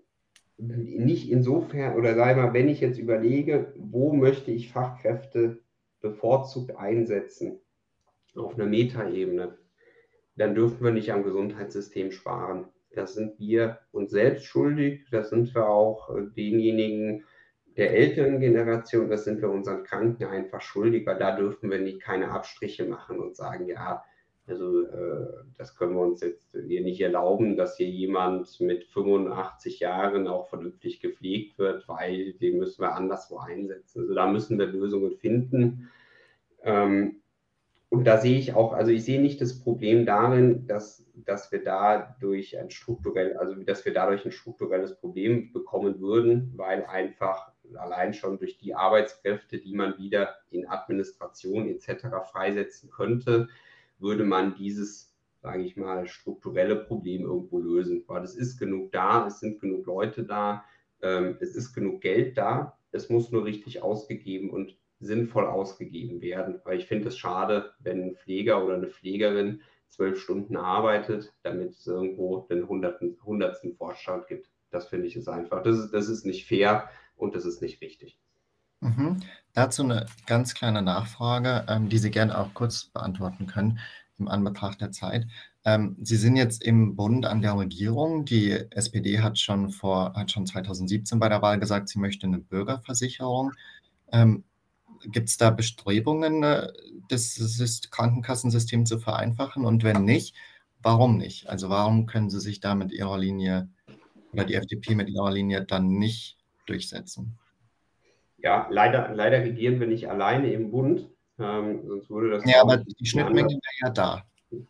nicht insofern, oder sag ich mal, wenn ich jetzt überlege, wo möchte ich Fachkräfte bevorzugt einsetzen, auf einer Metaebene, dann dürfen wir nicht am Gesundheitssystem sparen. Das sind wir uns selbst schuldig, das sind wir auch denjenigen der älteren Generation, das sind wir unseren Kranken einfach schuldig, weil da dürfen wir nicht keine Abstriche machen und sagen, ja, also äh, das können wir uns jetzt hier nicht erlauben, dass hier jemand mit fünfundachtzig Jahren auch vernünftig gepflegt wird, weil den müssen wir anderswo einsetzen. Also da müssen wir Lösungen finden. Ähm, Und da sehe ich auch, also ich sehe nicht das Problem darin, dass, dass wir da durch ein strukturell, also dass wir dadurch ein strukturelles Problem bekommen würden, weil einfach allein schon durch die Arbeitskräfte, die man wieder in Administration et cetera freisetzen könnte, würde man dieses, sage ich mal, strukturelle Problem irgendwo lösen. Weil es ist genug da, es sind genug Leute da, ähm, es ist genug Geld da, es muss nur richtig ausgegeben und sinnvoll ausgegeben werden. Weil ich finde es schade, wenn ein Pfleger oder eine Pflegerin zwölf Stunden arbeitet, damit es irgendwo den hundertsten, hundertsten Vorstand gibt. Das finde ich ist einfach, das ist, das ist nicht fair und das ist nicht richtig. Mhm. Dazu eine ganz kleine Nachfrage, ähm, die Sie gerne auch kurz beantworten können im Anbetracht der Zeit. Ähm, Sie sind jetzt im Bund an der Regierung. Die S P D hat schon vor, hat schon zweitausendsiebzehn bei der Wahl gesagt, sie möchte eine Bürgerversicherung. Ähm, Gibt es da Bestrebungen, äh, das Syst- Krankenkassensystem zu vereinfachen? Und wenn nicht, warum nicht? Also warum können Sie sich da mit Ihrer Linie oder die F D P mit ihrer Linie dann nicht durchsetzen? Ja, leider, leider regieren wir nicht alleine im Bund, ähm, sonst würde das... Ja, aber die Schnittmenge wäre ja da.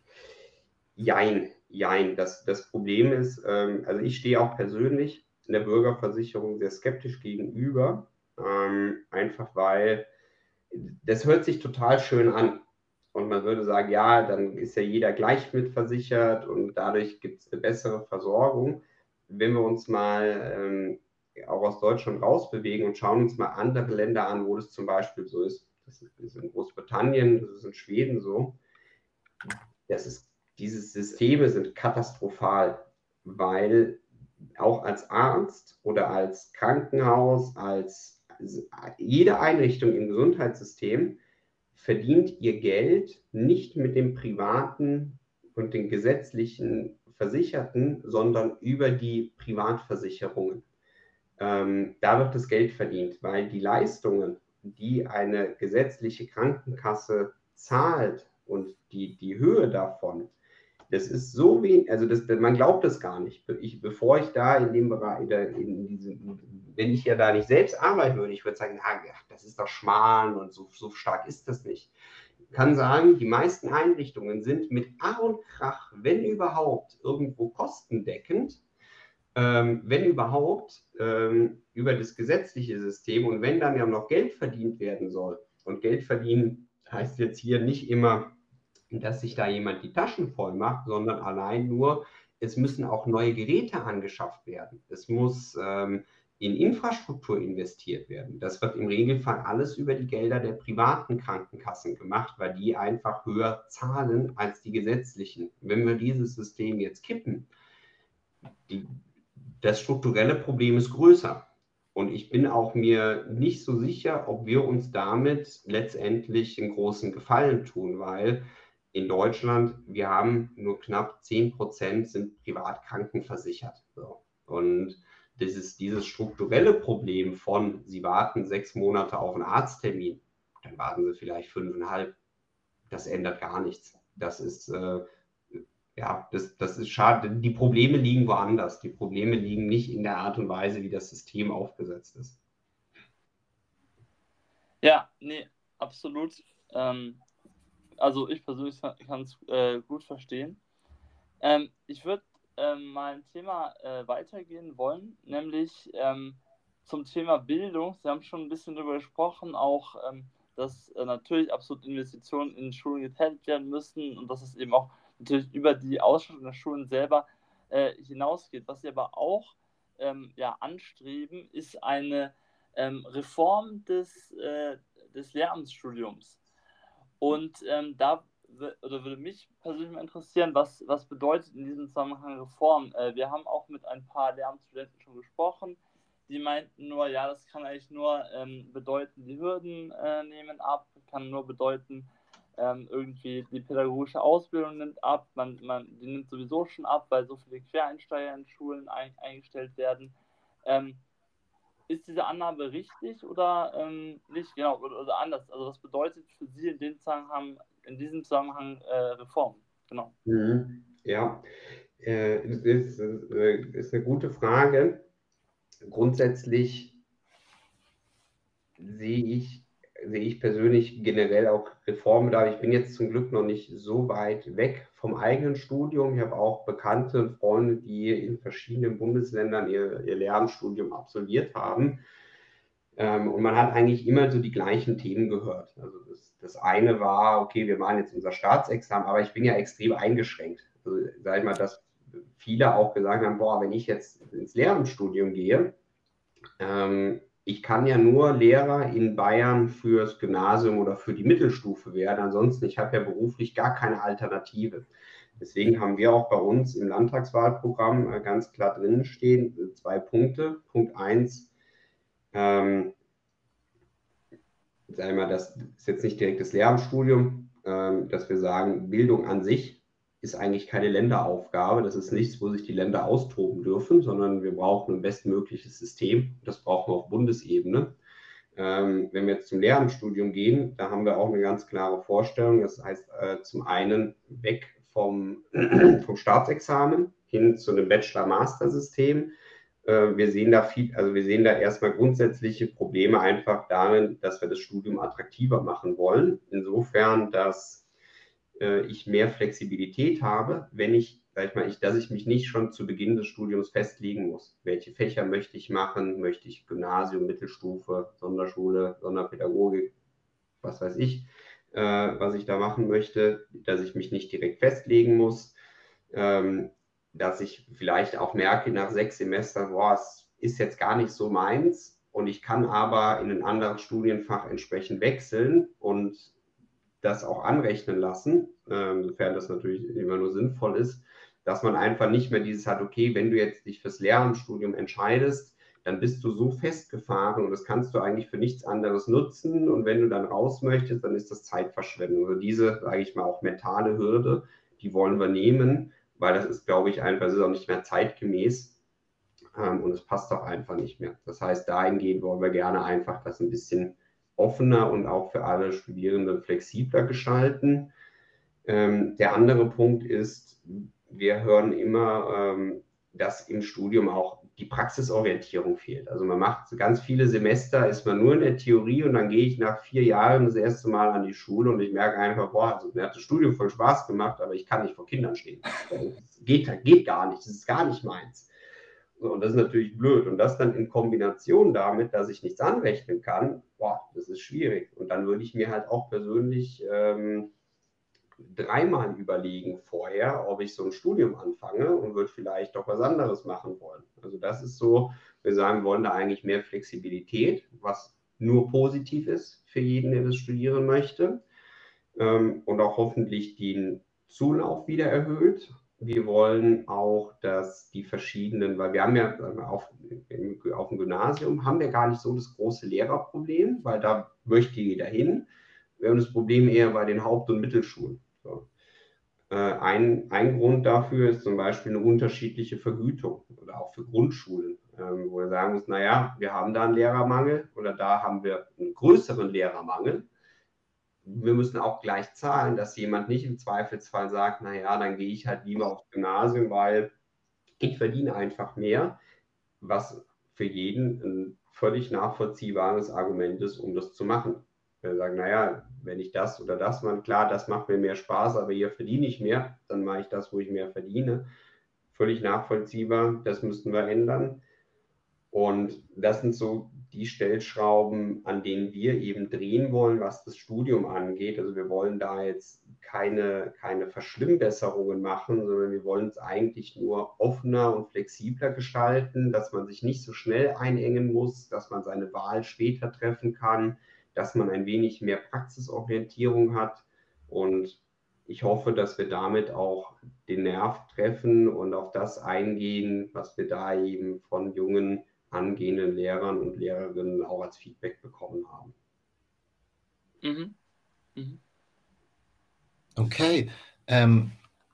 Jein, jein. Das, das Problem ist, ähm, also ich stehe auch persönlich in der Bürgerversicherung sehr skeptisch gegenüber, ähm, einfach weil das hört sich total schön an. Und man würde sagen, ja, dann ist ja jeder gleich mitversichert und dadurch gibt es eine bessere Versorgung. wenn wir uns mal ähm, auch aus Deutschland rausbewegen und schauen uns mal andere Länder an, wo das zum Beispiel so ist. Das ist in Großbritannien, das ist in Schweden so. Das ist, diese Systeme sind katastrophal, weil auch als Arzt oder als Krankenhaus, als jede Einrichtung im Gesundheitssystem verdient ihr Geld nicht mit dem privaten und den gesetzlichen Versicherten, sondern über die Privatversicherungen. Ähm, da wird das Geld verdient, weil die Leistungen, die eine gesetzliche Krankenkasse zahlt und die, die Höhe davon, das ist so wenig, also das, man glaubt es gar nicht. Ich, bevor ich da in dem Bereich, in diesem, wenn ich ja da nicht selbst arbeiten würde, ich würde sagen, na, das ist doch schmal und so, so stark ist das nicht. Ich kann sagen, die meisten Einrichtungen sind mit Ach und Krach, wenn überhaupt, irgendwo kostendeckend, ähm, wenn überhaupt, ähm, über das gesetzliche System, und wenn dann ja noch Geld verdient werden soll. Und Geld verdienen heißt jetzt hier nicht immer, dass sich da jemand die Taschen voll macht, sondern allein nur, es müssen auch neue Geräte angeschafft werden. Es muss ähm, in Infrastruktur investiert werden. Das wird im Regelfall alles über die Gelder der privaten Krankenkassen gemacht, weil die einfach höher zahlen als die gesetzlichen. Wenn wir dieses System jetzt kippen, die, das strukturelle Problem ist größer. Und ich bin auch mir nicht so sicher, ob wir uns damit letztendlich einen großen Gefallen tun, weil in Deutschland, wir haben nur knapp zehn Prozent sind privat krankenversichert. So. Und dieses, dieses strukturelle Problem von, Sie warten sechs Monate auf einen Arzttermin, dann warten Sie vielleicht fünfeinhalb. Das ändert gar nichts. Das ist, äh, ja, das, das ist schade. Die Probleme liegen woanders. Die Probleme liegen nicht in der Art und Weise, wie das System aufgesetzt ist. Ja, nee, absolut. Ähm, also ich persönlich kann es äh, gut verstehen. Ähm, ich würde ähm, mal ein Thema äh, weitergehen wollen, nämlich ähm, zum Thema Bildung. Sie haben schon ein bisschen darüber gesprochen, auch, ähm, dass äh, natürlich absolut Investitionen in Schulen getätigt werden müssen und dass es eben auch natürlich über die Ausstattung der Schulen selber äh, hinausgeht. Was sie aber auch ähm, ja, anstreben, ist eine ähm, Reform des, äh, des Lehramtsstudiums. Und ähm, da oder würde mich persönlich mal interessieren, was, was bedeutet in diesem Zusammenhang Reform? Äh, wir haben auch mit ein paar Lehramtsstudenten schon gesprochen, die meinten nur, ja, das kann eigentlich nur ähm, bedeuten, die Hürden äh, nehmen ab, kann nur bedeuten, ähm, irgendwie die pädagogische Ausbildung nimmt ab, man, man, die nimmt sowieso schon ab, weil so viele Quereinsteiger in Schulen ein, eingestellt werden. Ähm, ist diese Annahme richtig oder ähm, nicht? Genau, oder, oder anders. Also was bedeutet für Sie in dem Zusammenhang, in diesem Zusammenhang äh, Reform? Genau. Mhm. Ja, äh, das ist, äh, ist eine gute Frage. Grundsätzlich sehe ich, sehe ich persönlich generell auch Reformbedarf. Ich bin jetzt zum Glück noch nicht so weit weg vom eigenen Studium. Ich habe auch Bekannte und Freunde, die in verschiedenen Bundesländern ihr, ihr Lehramtsstudium absolviert haben. Ähm, und man hat eigentlich immer so die gleichen Themen gehört. Also das, das eine war, okay, wir machen jetzt unser Staatsexamen, aber ich bin ja extrem eingeschränkt. Also sag ich mal, dass viele auch gesagt haben, boah, wenn ich jetzt ins Lehramtsstudium gehe, ähm, ich kann ja nur Lehrer in Bayern fürs Gymnasium oder für die Mittelstufe werden. Ansonsten, ich habe ja beruflich gar keine Alternative. Deswegen haben wir auch bei uns im Landtagswahlprogramm äh, ganz klar drinnen stehen, äh, zwei Punkte. Punkt eins, ähm, sagen wir mal, das ist jetzt nicht direkt das Lehramtsstudium, ähm, dass wir sagen, Bildung an sich ist eigentlich keine Länderaufgabe. Das ist nichts, wo sich die Länder austoben dürfen, sondern wir brauchen ein bestmögliches System. Das brauchen wir auf Bundesebene. Ähm, wenn wir jetzt zum Lehramtsstudium gehen, da haben wir auch eine ganz klare Vorstellung. Das heißt, äh, zum einen weg vom, vom Staatsexamen hin zu einem Bachelor-Master-System. Äh, wir sehen da viel, also wir sehen da erstmal grundsätzliche Probleme einfach darin, dass wir das Studium attraktiver machen wollen. Insofern, dass äh, ich mehr Flexibilität habe, wenn ich, sag ich mal, ich, dass ich mich nicht schon zu Beginn des Studiums festlegen muss. Welche Fächer möchte ich machen? Möchte ich Gymnasium, Mittelstufe, Sonderschule, Sonderpädagogik, was weiß ich, äh, was ich da machen möchte, dass ich mich nicht direkt festlegen muss. Ähm, dass ich vielleicht auch merke nach sechs Semestern, boah, es ist jetzt gar nicht so meins und ich kann aber in ein anderes Studienfach entsprechend wechseln und das auch anrechnen lassen, äh, sofern das natürlich immer nur sinnvoll ist, dass man einfach nicht mehr dieses hat, okay, wenn du jetzt dich fürs Lehramtsstudium entscheidest, dann bist du so festgefahren und das kannst du eigentlich für nichts anderes nutzen und wenn du dann raus möchtest, dann ist das Zeitverschwendung. Also diese, sage ich mal, auch mentale Hürde, die wollen wir nehmen, weil das ist, glaube ich, einfach, das ist auch nicht mehr zeitgemäß ähm, und es passt auch einfach nicht mehr. Das heißt, dahingehend wollen wir gerne einfach das ein bisschen offener und auch für alle Studierenden flexibler gestalten. Ähm, der andere Punkt ist, wir hören immer, ähm, dass im Studium auch die Praxisorientierung fehlt. Also man macht ganz viele Semester, ist man nur in der Theorie und dann gehe ich nach vier Jahren das erste Mal an die Schule und ich merke einfach, boah, also mir hat das Studium voll Spaß gemacht, aber ich kann nicht vor Kindern stehen. Das geht, geht gar nicht, das ist gar nicht meins. So, und das ist natürlich blöd. Und das dann in Kombination damit, dass ich nichts anrechnen kann, boah, das ist schwierig. Und dann würde ich mir halt auch persönlich ähm, dreimal überlegen vorher, ob ich so ein Studium anfange und würde vielleicht doch was anderes machen wollen. Also das ist so, wir sagen, wir wollen da eigentlich mehr Flexibilität, was nur positiv ist für jeden, der das studieren möchte ähm, und auch hoffentlich den Zulauf wieder erhöht. Wir wollen auch, dass die verschiedenen, weil wir haben ja auf, auf dem Gymnasium haben wir gar nicht so das große Lehrerproblem, weil da möchte jeder hin. Wir haben das Problem eher bei den Haupt- und Mittelschulen. So. Äh, ein, ein Grund dafür ist zum Beispiel eine unterschiedliche Vergütung oder auch für Grundschulen, ähm, wo wir sagen müssen, naja, wir haben da einen Lehrermangel oder da haben wir einen größeren Lehrermangel. Wir müssen auch gleich zahlen, dass jemand nicht im Zweifelsfall sagt, naja, dann gehe ich halt lieber aufs Gymnasium, weil ich verdiene einfach mehr, was für jeden ein völlig nachvollziehbares Argument ist, um das zu machen. Wir sagen, naja, wenn ich das oder das mache, klar, das macht mir mehr Spaß, aber hier verdiene ich mehr, dann mache ich das, wo ich mehr verdiene. Völlig nachvollziehbar, das müssten wir ändern. Und das sind so die Stellschrauben, an denen wir eben drehen wollen, was das Studium angeht. Also wir wollen da jetzt keine, keine Verschlimmbesserungen machen, sondern wir wollen es eigentlich nur offener und flexibler gestalten, dass man sich nicht so schnell einengen muss, dass man seine Wahl später treffen kann, dass man ein wenig mehr Praxisorientierung hat. Und ich hoffe, dass wir damit auch den Nerv treffen und auf das eingehen, was wir da eben von jungen angehenden Lehrern und Lehrerinnen auch als Feedback bekommen haben. Mhm. Mhm. Okay, ähm,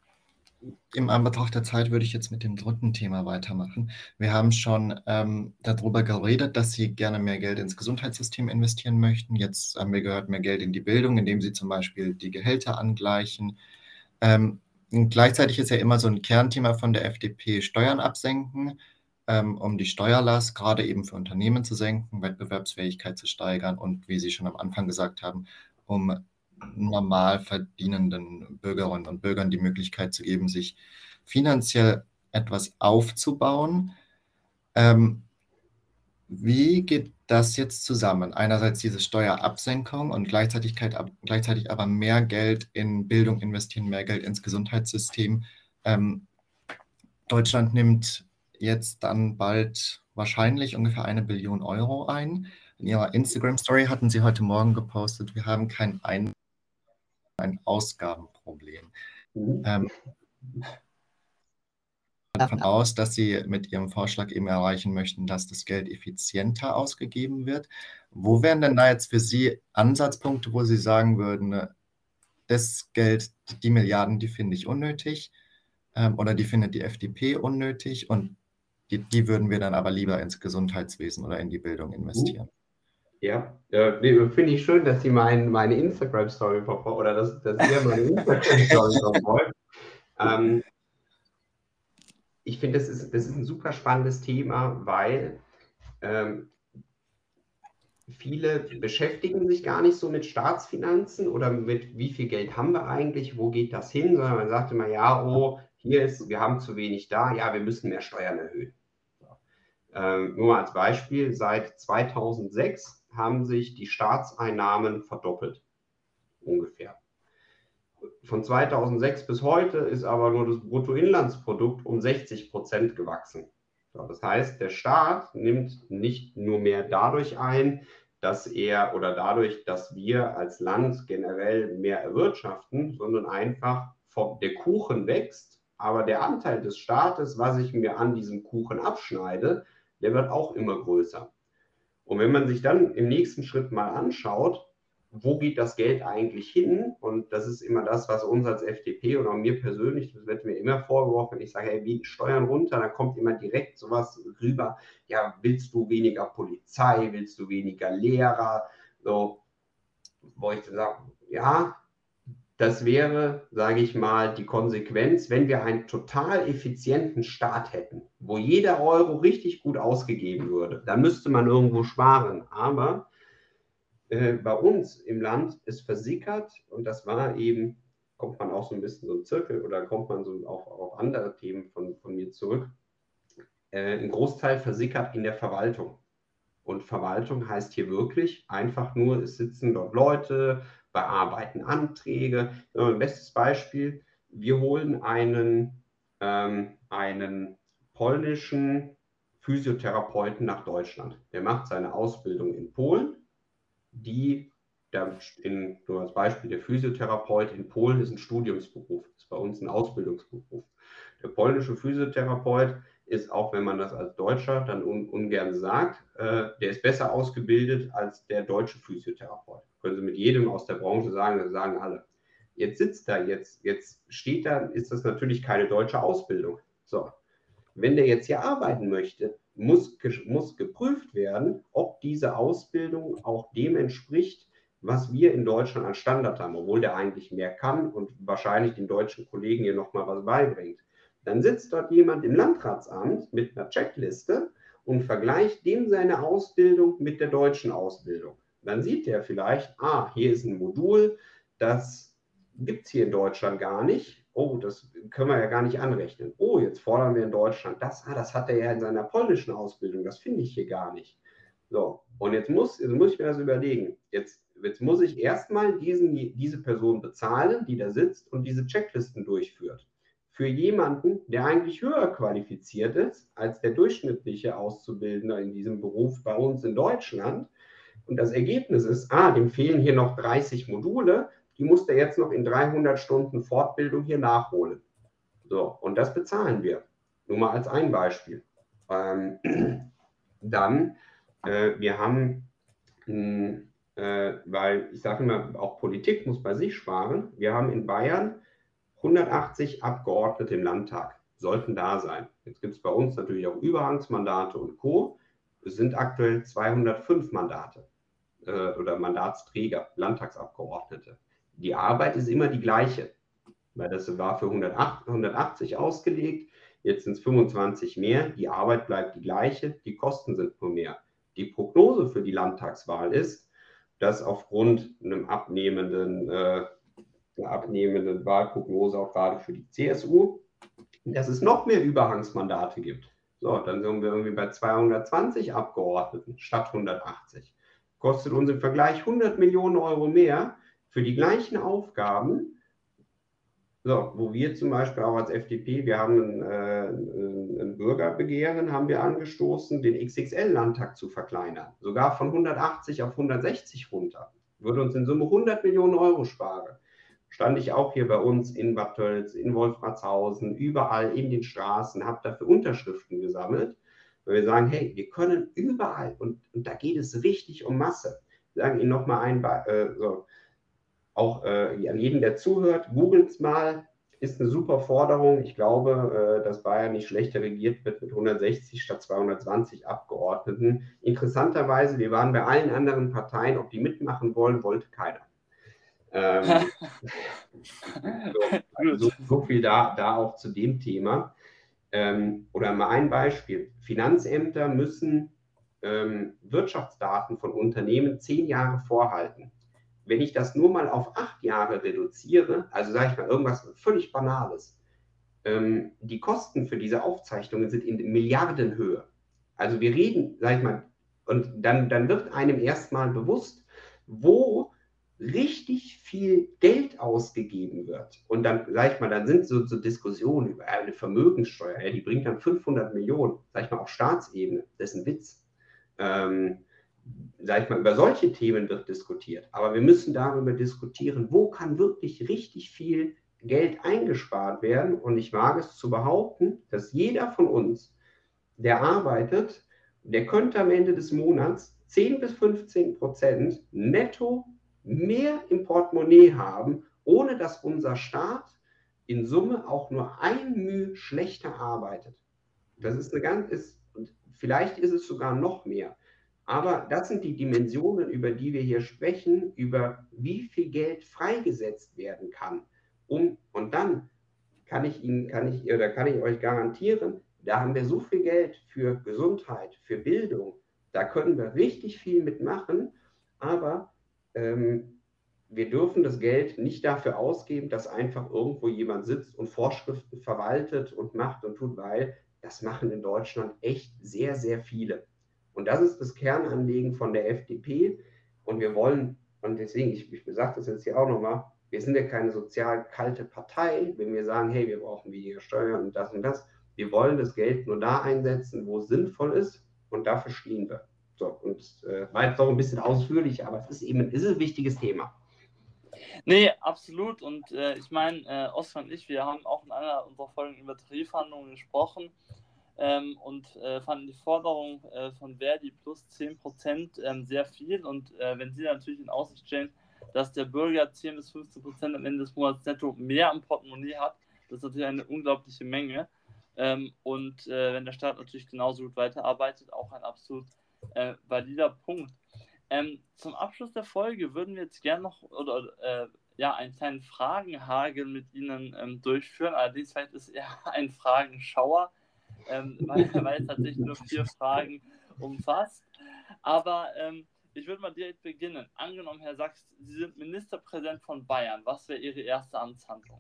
im Anbetracht der Zeit würde ich jetzt mit dem dritten Thema weitermachen. Wir haben schon ähm, darüber geredet, dass Sie gerne mehr Geld ins Gesundheitssystem investieren möchten. Jetzt haben wir gehört, mehr Geld in die Bildung, indem Sie zum Beispiel die Gehälter angleichen. Ähm, und gleichzeitig ist ja immer so ein Kernthema von der F D P Steuern absenken, ähm, um die Steuerlast gerade eben für Unternehmen zu senken, Wettbewerbsfähigkeit zu steigern und, wie Sie schon am Anfang gesagt haben, um normal verdienenden Bürgerinnen und Bürgern die Möglichkeit zu geben, sich finanziell etwas aufzubauen. Ähm, wie geht das jetzt zusammen? Einerseits diese Steuerabsenkung und gleichzeitig, gleichzeitig aber mehr Geld in Bildung investieren, mehr Geld ins Gesundheitssystem. Ähm, Deutschland nimmt jetzt dann bald wahrscheinlich ungefähr eine Billion Euro ein. In Ihrer Instagram-Story hatten Sie heute Morgen gepostet, wir haben kein Ein- ein Ausgabenproblem. Mhm. Ähm, davon aus, dass Sie mit Ihrem Vorschlag eben erreichen möchten, dass das Geld effizienter ausgegeben wird. Wo wären denn da jetzt für Sie Ansatzpunkte, wo Sie sagen würden, das Geld, die Milliarden, die finde ich unnötig ähm, oder die findet die F D P unnötig und die, die würden wir dann aber lieber ins Gesundheitswesen oder in die Bildung investieren? Ja, äh, nee, finde ich schön, dass Sie mein, meine Instagram-Story verfolgen oder dass, dass ihr meine Instagram-Story verfolgt. Ähm, ich finde, das ist, das ist ein super spannendes Thema, weil ähm, viele beschäftigen sich gar nicht so mit Staatsfinanzen oder mit wie viel Geld haben wir eigentlich, wo geht das hin, sondern man sagt immer, ja, oh, hier ist, wir haben zu wenig da, ja, wir müssen mehr Steuern erhöhen. So. Ähm, nur mal als Beispiel, seit zweitausendsechs haben sich die Staatseinnahmen verdoppelt, ungefähr. von zweitausendsechs bis heute ist aber nur das Bruttoinlandsprodukt um sechzig Prozent gewachsen. Das heißt, der Staat nimmt nicht nur mehr dadurch ein, dass er oder dadurch, dass wir als Land generell mehr erwirtschaften, sondern einfach vom, der Kuchen wächst, aber der Anteil des Staates, was ich mir an diesem Kuchen abschneide, der wird auch immer größer. Und wenn man sich dann im nächsten Schritt mal anschaut, wo geht das Geld eigentlich hin? Und das ist immer das, was uns als F D P und auch mir persönlich, das wird mir immer vorgeworfen, wenn ich sage, hey, wie Steuern runter, dann kommt immer direkt sowas rüber, ja, willst du weniger Polizei, willst du weniger Lehrer? So, wo ich sage, ja, das wäre, sage ich mal, die Konsequenz, wenn wir einen total effizienten Staat hätten, wo jeder Euro richtig gut ausgegeben würde, dann müsste man irgendwo sparen. Aber äh, bei uns im Land ist versickert, und das war eben, kommt man auch so ein bisschen so ein Zirkel oder kommt man so auf, auf andere Themen von, von mir zurück, äh, ein Großteil versickert in der Verwaltung. Und Verwaltung heißt hier wirklich einfach nur, es sitzen dort Leute, bearbeiten Anträge. Ein bestes Beispiel, wir holen einen, ähm, einen polnischen Physiotherapeuten nach Deutschland. Der macht seine Ausbildung in Polen. Die, der in, nur als Beispiel, der Physiotherapeut in Polen ist ein Studiumsberuf, ist bei uns ein Ausbildungsberuf. Der polnische Physiotherapeut ist, auch wenn man das als Deutscher dann un, ungern sagt, äh, der ist besser ausgebildet als der deutsche Physiotherapeut. Können Sie mit jedem aus der Branche sagen, das sagen alle. Jetzt sitzt da, jetzt, jetzt steht da, ist das natürlich keine deutsche Ausbildung. So, wenn der jetzt hier arbeiten möchte, muss, muss geprüft werden, ob diese Ausbildung auch dem entspricht, was wir in Deutschland an Standard haben, obwohl der eigentlich mehr kann und wahrscheinlich den deutschen Kollegen hier nochmal was beibringt. Dann sitzt dort jemand im Landratsamt mit einer Checkliste und vergleicht dem seine Ausbildung mit der deutschen Ausbildung. Dann sieht der vielleicht, ah, hier ist ein Modul, das gibt es hier in Deutschland gar nicht. Oh, das können wir ja gar nicht anrechnen. Oh, jetzt fordern wir in Deutschland das. Ah, das hat er ja in seiner polnischen Ausbildung. Das finde ich hier gar nicht. So, und jetzt muss, jetzt muss ich mir das überlegen. Jetzt, jetzt muss ich erstmal diesen, diese Person bezahlen, die da sitzt und diese Checklisten durchführt. Für jemanden, der eigentlich höher qualifiziert ist als der durchschnittliche Auszubildende in diesem Beruf bei uns in Deutschland. Und das Ergebnis ist, ah, dem fehlen hier noch dreißig Module, die muss der jetzt noch in dreihundert Stunden Fortbildung hier nachholen. So, und das bezahlen wir. Nur mal als ein Beispiel. Ähm, dann, äh, wir haben, mh, äh, weil ich sage immer, auch Politik muss bei sich sparen. Wir haben in Bayern hundertachtzig Abgeordnete im Landtag, sollten da sein. Jetzt gibt es bei uns natürlich auch Überhangsmandate und Co. Es sind aktuell zweihundertfünf Mandate äh, oder Mandatsträger, Landtagsabgeordnete. Die Arbeit ist immer die gleiche, weil das war für hundertachtzig ausgelegt, jetzt sind es fünfundzwanzig mehr, die Arbeit bleibt die gleiche, die Kosten sind nur mehr. Die Prognose für die Landtagswahl ist, dass aufgrund einem abnehmenden äh, einer abnehmenden Wahlprognose auch gerade für die C S U, dass es noch mehr Überhangsmandate gibt. So, dann sind wir irgendwie bei zweihundertzwanzig Abgeordneten statt hundertachtzig. Kostet uns im Vergleich hundert Millionen Euro mehr für die gleichen Aufgaben. So, wo wir zum Beispiel auch als F D P, wir haben ein, äh, ein Bürgerbegehren, haben wir angestoßen, den X X L-Landtag zu verkleinern. Sogar von hundertachtzig auf hundertsechzig runter. Würde uns in Summe hundert Millionen Euro sparen. Stand ich auch hier bei uns in Bad Tölz, in Wolfratshausen, überall in den Straßen, habe dafür Unterschriften gesammelt, weil wir sagen, hey, wir können überall, und, und da geht es richtig um Masse. Wir sagen Ihnen nochmal ein, äh, so, auch äh, an jeden, der zuhört, googelt es mal, ist eine super Forderung. Ich glaube, äh, dass Bayern nicht schlechter regiert wird mit hundertsechzig statt zweihundertzwanzig Abgeordneten. Interessanterweise, wir waren bei allen anderen Parteien, ob die mitmachen wollen, wollte keiner. Ähm, so, also so viel da, da auch zu dem Thema. Ähm, oder mal ein Beispiel. Finanzämter müssen ähm, Wirtschaftsdaten von Unternehmen zehn Jahre vorhalten. Wenn ich das nur mal auf acht Jahre reduziere, also sage ich mal irgendwas völlig Banales, ähm, die Kosten für diese Aufzeichnungen sind in Milliardenhöhe. Also wir reden, sage ich mal, und dann, dann wird einem erstmal bewusst, wo richtig viel Geld ausgegeben wird und dann, sag ich mal, dann sind so, so Diskussionen über eine Vermögenssteuer, ja, die bringt dann fünfhundert Millionen, sag ich mal, auf Staatsebene, das ist ein Witz. Ähm, sag ich mal, über solche Themen wird diskutiert, aber wir müssen darüber diskutieren, wo kann wirklich richtig viel Geld eingespart werden, und ich wage es zu behaupten, dass jeder von uns, der arbeitet, der könnte am Ende des Monats zehn bis fünfzehn Prozent netto mehr im Portemonnaie haben, ohne dass unser Staat in Summe auch nur ein Mühe schlechter arbeitet. Das ist eine ganz, ist, und vielleicht ist es sogar noch mehr. Aber das sind die Dimensionen, über die wir hier sprechen, über wie viel Geld freigesetzt werden kann. Um, und dann kann ich Ihnen, kann ich, oder kann ich euch garantieren, da haben wir so viel Geld für Gesundheit, für Bildung, da können wir richtig viel mitmachen, aber ähm, wir dürfen das Geld nicht dafür ausgeben, dass einfach irgendwo jemand sitzt und Vorschriften verwaltet und macht und tut, weil das machen in Deutschland echt sehr, sehr viele. Und das ist das Kernanliegen von der F D P. Und wir wollen, und deswegen, ich, ich sage das jetzt hier auch nochmal, wir sind ja keine sozial kalte Partei, wenn wir sagen, hey, wir brauchen weniger Steuern und das und das. Wir wollen das Geld nur da einsetzen, wo es sinnvoll ist, und dafür stehen wir. So, und äh, war jetzt auch ein bisschen ausführlich, aber es ist eben ist ein wichtiges Thema. Nee, absolut. Und äh, ich meine, äh, Oskar und ich, wir haben auch in einer unserer Folgen über Tarifverhandlungen gesprochen ähm, und äh, fanden die Forderung äh, von Verdi plus zehn Prozent ähm, sehr viel. Und äh, wenn Sie natürlich in Aussicht stellen, dass der Bürger zehn bis fünfzehn Prozent am Ende des Monats netto mehr im Portemonnaie hat, das ist natürlich eine unglaubliche Menge. Ähm, und äh, wenn der Staat natürlich genauso gut weiterarbeitet, auch ein absolut äh, valider Punkt. Ähm, zum Abschluss der Folge würden wir jetzt gerne noch oder äh, ja, einen kleinen Fragenhagel mit Ihnen ähm, durchführen. Allerdings vielleicht ist eher ein Fragenschauer, ähm, weil, weil es tatsächlich nur vier Fragen umfasst. Aber ähm, ich würde mal direkt beginnen. Angenommen, Herr Sachs, Sie sind Ministerpräsident von Bayern. Was wäre Ihre erste Amtshandlung?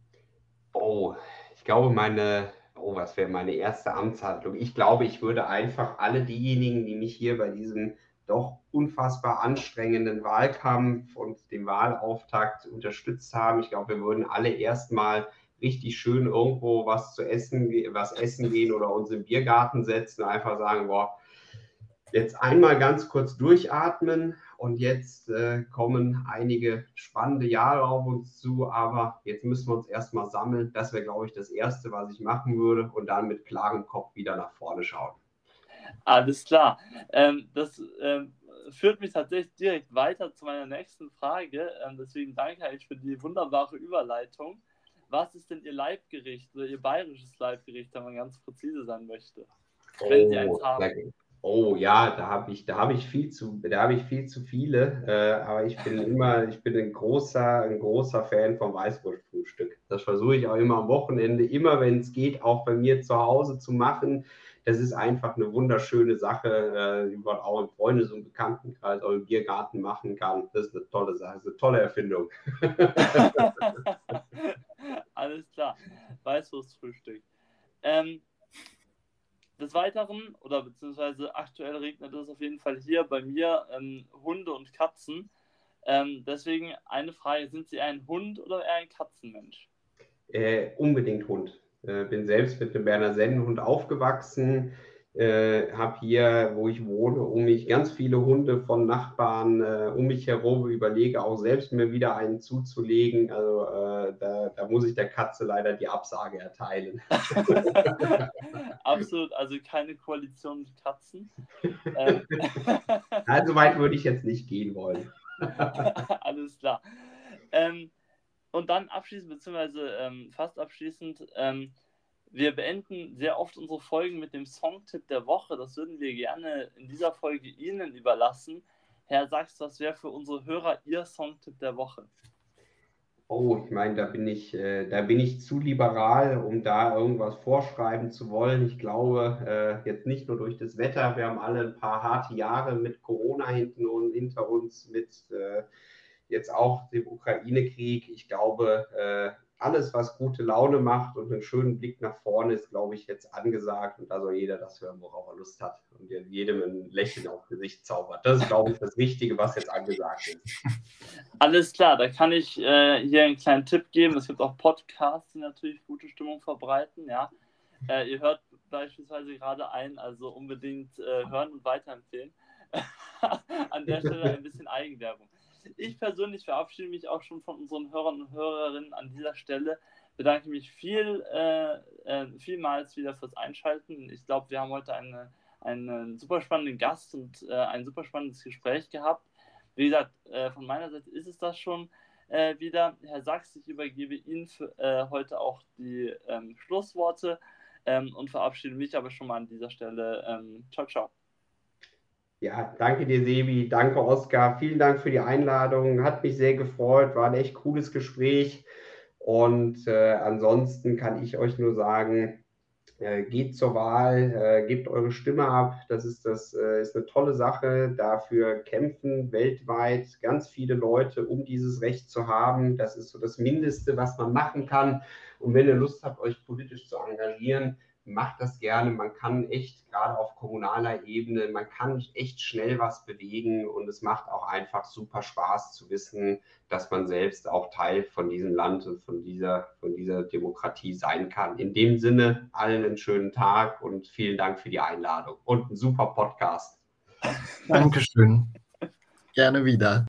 Oh, ich glaube, meine, oh, was wäre meine erste Amtshandlung? Ich glaube, ich würde einfach alle diejenigen, die mich hier bei diesem doch unfassbar anstrengenden Wahlkampf und dem Wahlauftakt unterstützt haben, ich glaube, wir würden alle erstmal richtig schön irgendwo was zu essen, was essen gehen oder uns im Biergarten setzen und einfach sagen, boah, jetzt einmal ganz kurz durchatmen, und jetzt äh, kommen einige spannende Jahre auf uns zu, aber jetzt müssen wir uns erstmal sammeln. Das wäre, glaube ich, das Erste, was ich machen würde, und dann mit klarem Kopf wieder nach vorne schauen. Alles klar. Ähm, das ähm, führt mich tatsächlich direkt weiter zu meiner nächsten Frage. Ähm, deswegen danke ich für die wunderbare Überleitung. Was ist denn Ihr Leibgericht oder Ihr bayerisches Leibgericht, wenn man ganz präzise sein möchte? Wenn Sie eins Oh, haben. oh ja, da habe ich, da habe ich viel zu, da habe ich viel zu viele. Äh, aber ich bin immer, ich bin ein großer, ein großer Fan vom Weißwurstfrühstück. Das versuche ich auch immer am Wochenende, immer wenn es geht, auch bei mir zu Hause zu machen. Das ist einfach eine wunderschöne Sache, die man auch im Freundes- und Bekanntenkreis, auch im Biergarten machen kann. Das ist eine tolle Sache, das ist eine tolle Erfindung. Alles klar. Weißwurstfrühstück. Ähm, Des Weiteren, oder beziehungsweise aktuell regnet es auf jeden Fall hier bei mir ähm, Hunde und Katzen. Ähm, deswegen eine Frage, sind Sie ein Hund oder eher ein Katzenmensch? Äh, unbedingt Hund. Äh, bin selbst mit einem Berner Sennenhund aufgewachsen, äh, habe hier, wo ich wohne, um mich ganz viele Hunde von Nachbarn äh, um mich herum, überlege auch selbst mir wieder einen zuzulegen. Also äh, da, da muss ich der Katze leider die Absage erteilen. Absolut, also keine Koalition mit Katzen. ähm. Also weit würde ich jetzt nicht gehen wollen. Alles klar. Ähm, und dann abschließend, beziehungsweise ähm, fast abschließend, ähm, wir beenden sehr oft unsere Folgen mit dem Songtipp der Woche. Das würden wir gerne in dieser Folge Ihnen überlassen. Herr Sachs, was wäre für unsere Hörer Ihr Songtipp der Woche? Oh, ich meine, da bin ich, äh, da bin ich zu liberal, um da irgendwas vorschreiben zu wollen. Ich glaube, äh, jetzt nicht nur durch das Wetter, wir haben alle ein paar harte Jahre mit Corona hinten und hinter uns, mit äh, jetzt auch dem Ukraine-Krieg. Ich glaube, äh, alles, was gute Laune macht und einen schönen Blick nach vorne ist, glaube ich, jetzt angesagt. Und da soll jeder das hören, worauf er Lust hat und jedem ein Lächeln aufs Gesicht zaubert. Das ist, glaube ich, das Wichtige, was jetzt angesagt ist. Alles klar, da kann ich äh, hier einen kleinen Tipp geben. Es gibt auch Podcasts, die natürlich gute Stimmung verbreiten. Ja, äh, ihr hört beispielsweise gerade einen, also unbedingt äh, hören und weiterempfehlen. An der Stelle ein bisschen Eigenwerbung. Ich persönlich verabschiede mich auch schon von unseren Hörern und Hörerinnen an dieser Stelle. Bedanke mich viel, äh, äh, vielmals wieder fürs Einschalten. Ich glaube, wir haben heute eine, einen super spannenden Gast und äh, ein super spannendes Gespräch gehabt. Wie gesagt, äh, von meiner Seite ist es das schon äh, wieder. Herr Sachs, ich übergebe Ihnen für, äh, heute auch die ähm, Schlussworte ähm, und verabschiede mich aber schon mal an dieser Stelle. Ähm, ciao, ciao. Ja, danke dir, Sebi. Danke, Oskar. Vielen Dank für die Einladung. Hat mich sehr gefreut. War ein echt cooles Gespräch. Und äh, ansonsten kann ich euch nur sagen, äh, geht zur Wahl, äh, gebt eure Stimme ab. Das ist, das äh, ist eine tolle Sache. Dafür kämpfen weltweit ganz viele Leute, um dieses Recht zu haben. Das ist so das Mindeste, was man machen kann. Und wenn ihr Lust habt, euch politisch zu engagieren, macht das gerne. Man kann echt, gerade auf kommunaler Ebene, man kann echt schnell was bewegen und es macht auch einfach super Spaß zu wissen, dass man selbst auch Teil von diesem Land und von dieser, von dieser Demokratie sein kann. In dem Sinne, allen einen schönen Tag und vielen Dank für die Einladung und einen super Podcast. Dankeschön. Gerne wieder.